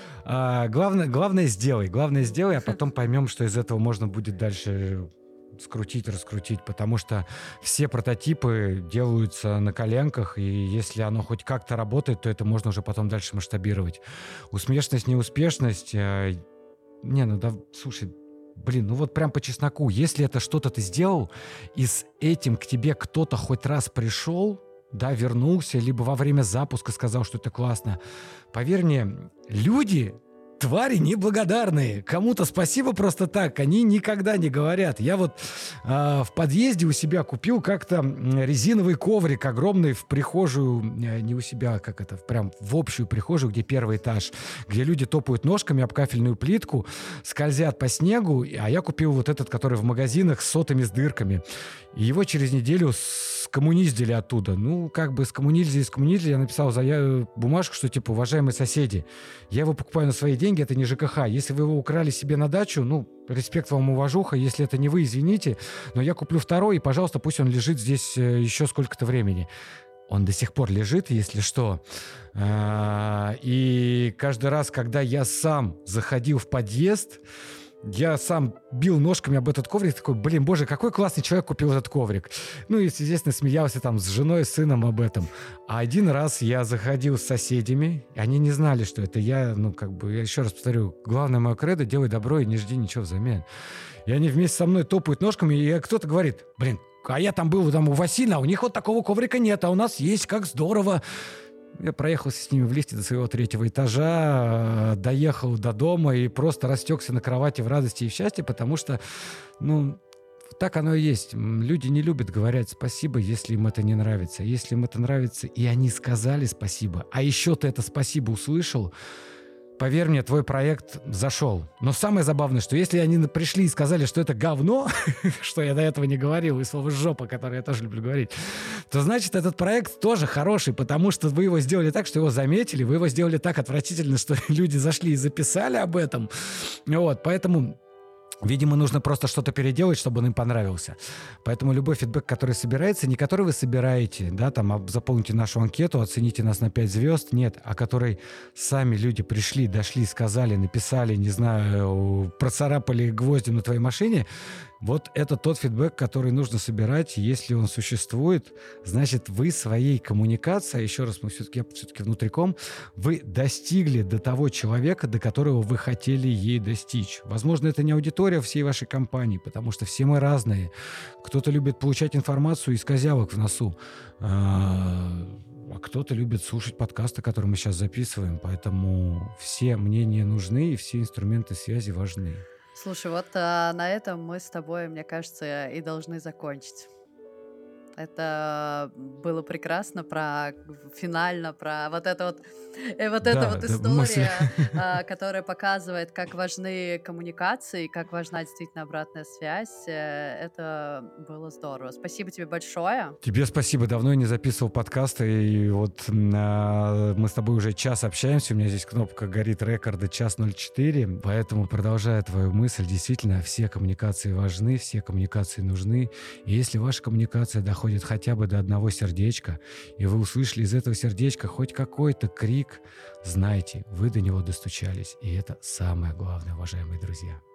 а, главное, главное сделай, главное сделай, а потом поймем, что из этого можно будет дальше скрутить, раскрутить, потому что все прототипы делаются на коленках, и если оно хоть как-то работает, то это можно уже потом дальше масштабировать. Успешность, неуспешность... э, не, ну да, слушай, блин, ну вот прям по чесноку, если это что-то ты сделал, и с этим к тебе кто-то хоть раз пришел, да, вернулся, либо во время запуска сказал, что это классно, поверь мне, люди... Твари неблагодарные. Кому-то спасибо просто так. Они никогда не говорят. Я вот а, в подъезде у себя купил как-то м, резиновый коврик огромный в прихожую, э, не у себя, как это, прям в общую прихожую, где первый этаж, где люди топают ножками об кафельную плитку, скользят по снегу, а я купил вот этот, который в магазинах с сотами, с дырками. И его через неделю скоммуниздили оттуда. Ну, как бы скоммуниздили, скоммуниздили. Я написал зая- бумажку, что типа, уважаемые соседи, я его покупаю на свои деньги, это не ЖКХ. Если вы его украли себе на дачу, ну, респект вам, уважуха. Если это не вы, извините, но я куплю второй, и, пожалуйста, пусть он лежит здесь э, еще сколько-то времени. Он до сих пор лежит, если что. А, И каждый раз, когда я сам заходил в подъезд, я сам бил ножками об этот коврик, такой, блин, боже, какой классный человек купил этот коврик. Ну, и, естественно, смеялся там с женой, с сыном об этом. А один раз я заходил с соседями, и они не знали, что это я, ну, как бы, я еще раз повторю, главное мое кредо — делай добро и не жди ничего взамен. И они вместе со мной топают ножками, и кто-то говорит, блин, а я там был там у Василия, а у них вот такого коврика нет, а у нас есть, как здорово. Я проехался с ними в лифте до своего третьего этажа, э, доехал до дома и просто растекся на кровати в радости и в счастье, потому что, ну, так оно и есть. М, Люди не любят говорить спасибо, если им это не нравится. Если им это нравится, и они сказали спасибо, а еще ты это спасибо услышал, поверь мне, твой проект зашел. Но самое забавное, что если они пришли и сказали, что это говно, что я до этого не говорил, и слово «жопа», которое я тоже люблю говорить, то значит, этот проект тоже хороший, потому что вы его сделали так, что его заметили, вы его сделали так отвратительно, что люди зашли и записали об этом. Вот, поэтому... Видимо, нужно просто что-то переделать, чтобы он им понравился. Поэтому любой фидбэк, который собирается, не который вы собираете, да, там, заполните нашу анкету, оцените нас на пять звезд, нет, а который сами люди пришли, дошли, сказали, написали, не знаю, процарапали гвоздем на твоей машине, вот это тот фидбэк, который нужно собирать. Если он существует, значит, вы своей коммуникацией, еще раз, мы все-таки, я все-таки внутриком, вы достигли до того человека, до которого вы хотели ей достичь. Возможно, это не аудитория всей вашей компании, потому что все мы разные. Кто-то любит получать информацию из козявок в носу, а кто-то любит слушать подкасты, которые мы сейчас записываем. Поэтому все мнения нужны, и все инструменты связи важны. Слушай, вот а, на этом мы с тобой, мне кажется, и должны закончить. Это было прекрасно, про финально, про вот это вот, э, вот эта Да, вот да, мысль. история, а, которая показывает, как важны коммуникации, как важна действительно обратная связь. Э, Это было здорово. Спасибо тебе большое. Тебе спасибо. Давно я не записывал подкасты, и вот а, мы с тобой уже час общаемся. У меня здесь кнопка горит рекорда час ноль четыре, поэтому, продолжая твою мысль, действительно, все коммуникации важны, все коммуникации нужны. И если ваша коммуникация доходит хотя бы до одного сердечка, и вы услышали из этого сердечка хоть какой-то крик, знайте, вы до него достучались. И это самое главное, уважаемые друзья.